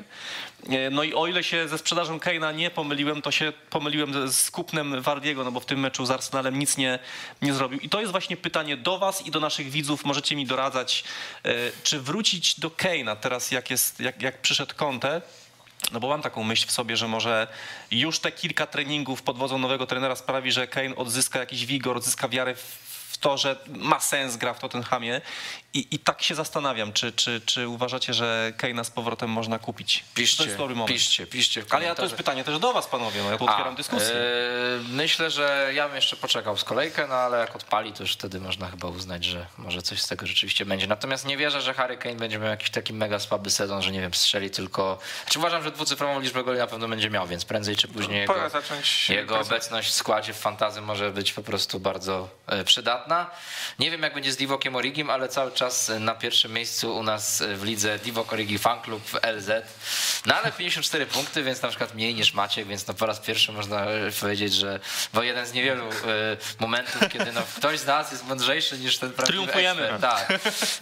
No i o ile się ze sprzedażą Kane'a nie pomyliłem, to się pomyliłem z kupnem Wardiego, no bo w tym meczu z Arsenalem nic nie zrobił. I to jest właśnie pytanie do was i do naszych widzów. Możecie mi doradzać, czy wrócić do Kane'a teraz, jak przyszedł Conte. No bo mam taką myśl w sobie, że może już te kilka treningów pod wodzą nowego trenera sprawi, że Kane odzyska jakiś wigor, odzyska wiarę w to, że ma sens gra w Tottenhamie. I tak się zastanawiam, czy uważacie, że Kane'a z powrotem można kupić? To jest dobry moment. Piszcie w Ale to jest pytanie też do was, panowie, no ja tu otwieram dyskusję. Myślę, że ja bym jeszcze poczekał z kolejkę, no ale jak odpali, to już wtedy można chyba uznać, że może coś z tego rzeczywiście będzie. Natomiast nie wierzę, że Harry Kane będzie miał jakiś taki mega słaby sezon, że nie wiem, strzeli tylko... Uważam, że dwucyfrową liczbę goli na pewno będzie miał, więc prędzej czy później jego obecność w składzie w fantasy może być po prostu bardzo przydatna. Nie wiem, jak będzie z Divokiem Origim, ale cały czas na pierwszym miejscu u nas w lidze Divock Origi Fan Club LZ. No ale 54 punkty, więc na przykład mniej niż Maciek, więc no po raz pierwszy można powiedzieć, że bo jeden z niewielu momentów, kiedy no ktoś z nas jest mądrzejszy niż ten prawdziwy triumfujemy. ekspert. Tak.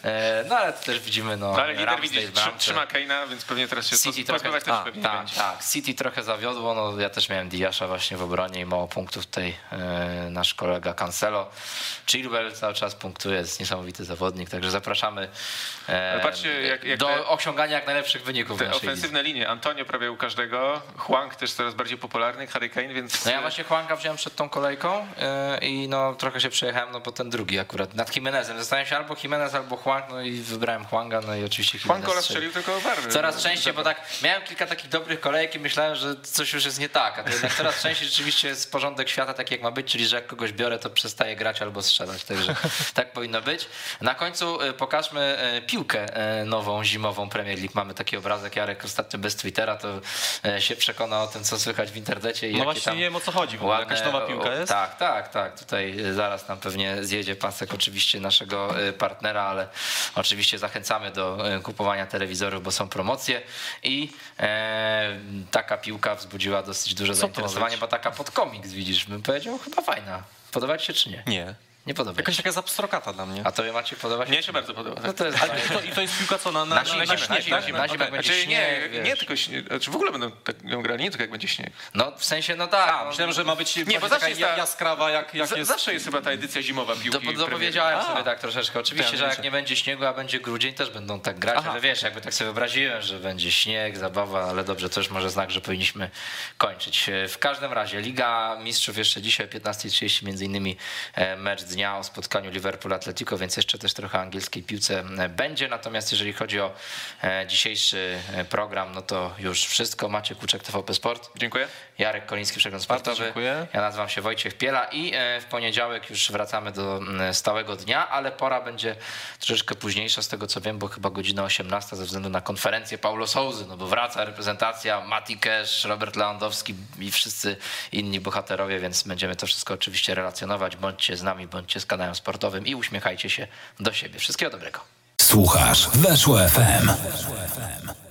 No ale to też widzimy, no. Ale lider widzisz, trzyma Kane'a, więc pewnie teraz się pozbywać też pewnie nie będzie. Tak, City trochę zawiodło, no ja też miałem Diasza właśnie w obronie i mało punktów tutaj nasz kolega Cancelo. Chilwell cały czas punktuje, jest niesamowity zawodnik, także zapraszamy patrzcie, do osiągania jak najlepszych wyników. Te ofensywne linie. Antonio prawie u każdego, Hwang też coraz bardziej popularny, Harry Kane, więc... No ja właśnie Hwanga wziąłem przed tą kolejką i no trochę się przejechałem, no bo ten drugi akurat nad Jimenezem. Zastanawiam się albo Jimenez, albo Hwang, no i wybrałem Hwanga, no i oczywiście Jimenez. Hwang strzelił tylko barwy. Coraz częściej, bo tak miałem kilka takich dobrych kolejek i myślałem, że coś już jest nie tak, a to jednak coraz częściej rzeczywiście jest porządek świata tak jak ma być, czyli że jak kogoś biorę, to przestaje grać albo strzelać, także tak powinno być. Na końcu pokażmy piłkę nową, zimową Premier League. Mamy taki obrazek, Jarek ostatnio bez Twittera, to się przekona o tym, co słychać w internecie. I no właśnie nie wiem, o co chodzi, bo jakaś nowa piłka jest? Tak. Tutaj zaraz nam pewnie zjedzie pasek oczywiście naszego partnera, ale oczywiście zachęcamy do kupowania telewizorów, bo są promocje i taka piłka wzbudziła dosyć duże zainteresowanie, bo taka pod komiks, widzisz, bym powiedział, chyba fajna. Podoba ci się czy nie? Nie. Nie podoba Jakaś taka zapstrokata dla mnie. A tobie Maciek podoba się? Mnie się bardzo podoba. No to jest I to jest piłka co na zimę, jak będzie śnieg, nie tylko śnieg, znaczy w ogóle będą tak ją grali, nie tylko jak będzie śnieg. No w sensie, no tak. Myślałem, że ma być nie, bo taka jest ta, jaskrawa, jak jest... Zawsze jest chyba ta edycja zimowa piłki. Dopowiedziałem sobie tak troszeczkę. Oczywiście, że jak nie będzie śniegu, a będzie grudzień, też będą tak grać, ale wiesz, jakby tak sobie wyobraziłem, że będzie śnieg, zabawa, ale dobrze, to już może znak, że powinniśmy kończyć. W każdym razie Liga Mistrzów jeszcze dzisiaj 15:30 między innymi mecz dnia o spotkaniu Liverpool Atletico, więc jeszcze też trochę angielskiej piłce będzie. Natomiast jeżeli chodzi o dzisiejszy program, no to już wszystko. Maciek Kuczek, TVP Sport. Dziękuję. Jarek Koliński, Przegląd Sportowy. Dziękuję. Ja nazywam się Wojciech Piela i w poniedziałek już wracamy do stałego dnia, ale pora będzie troszeczkę późniejsza z tego co wiem, bo chyba godzina 18 ze względu na konferencję Paulo Souzy, no bo wraca reprezentacja, Mati Cash, Robert Lewandowski i wszyscy inni bohaterowie, więc będziemy to wszystko oczywiście relacjonować. Bądźcie z nami, bądźcie z kanałem sportowym i uśmiechajcie się do siebie. Wszystkiego dobrego. Słuchasz Weszło FM.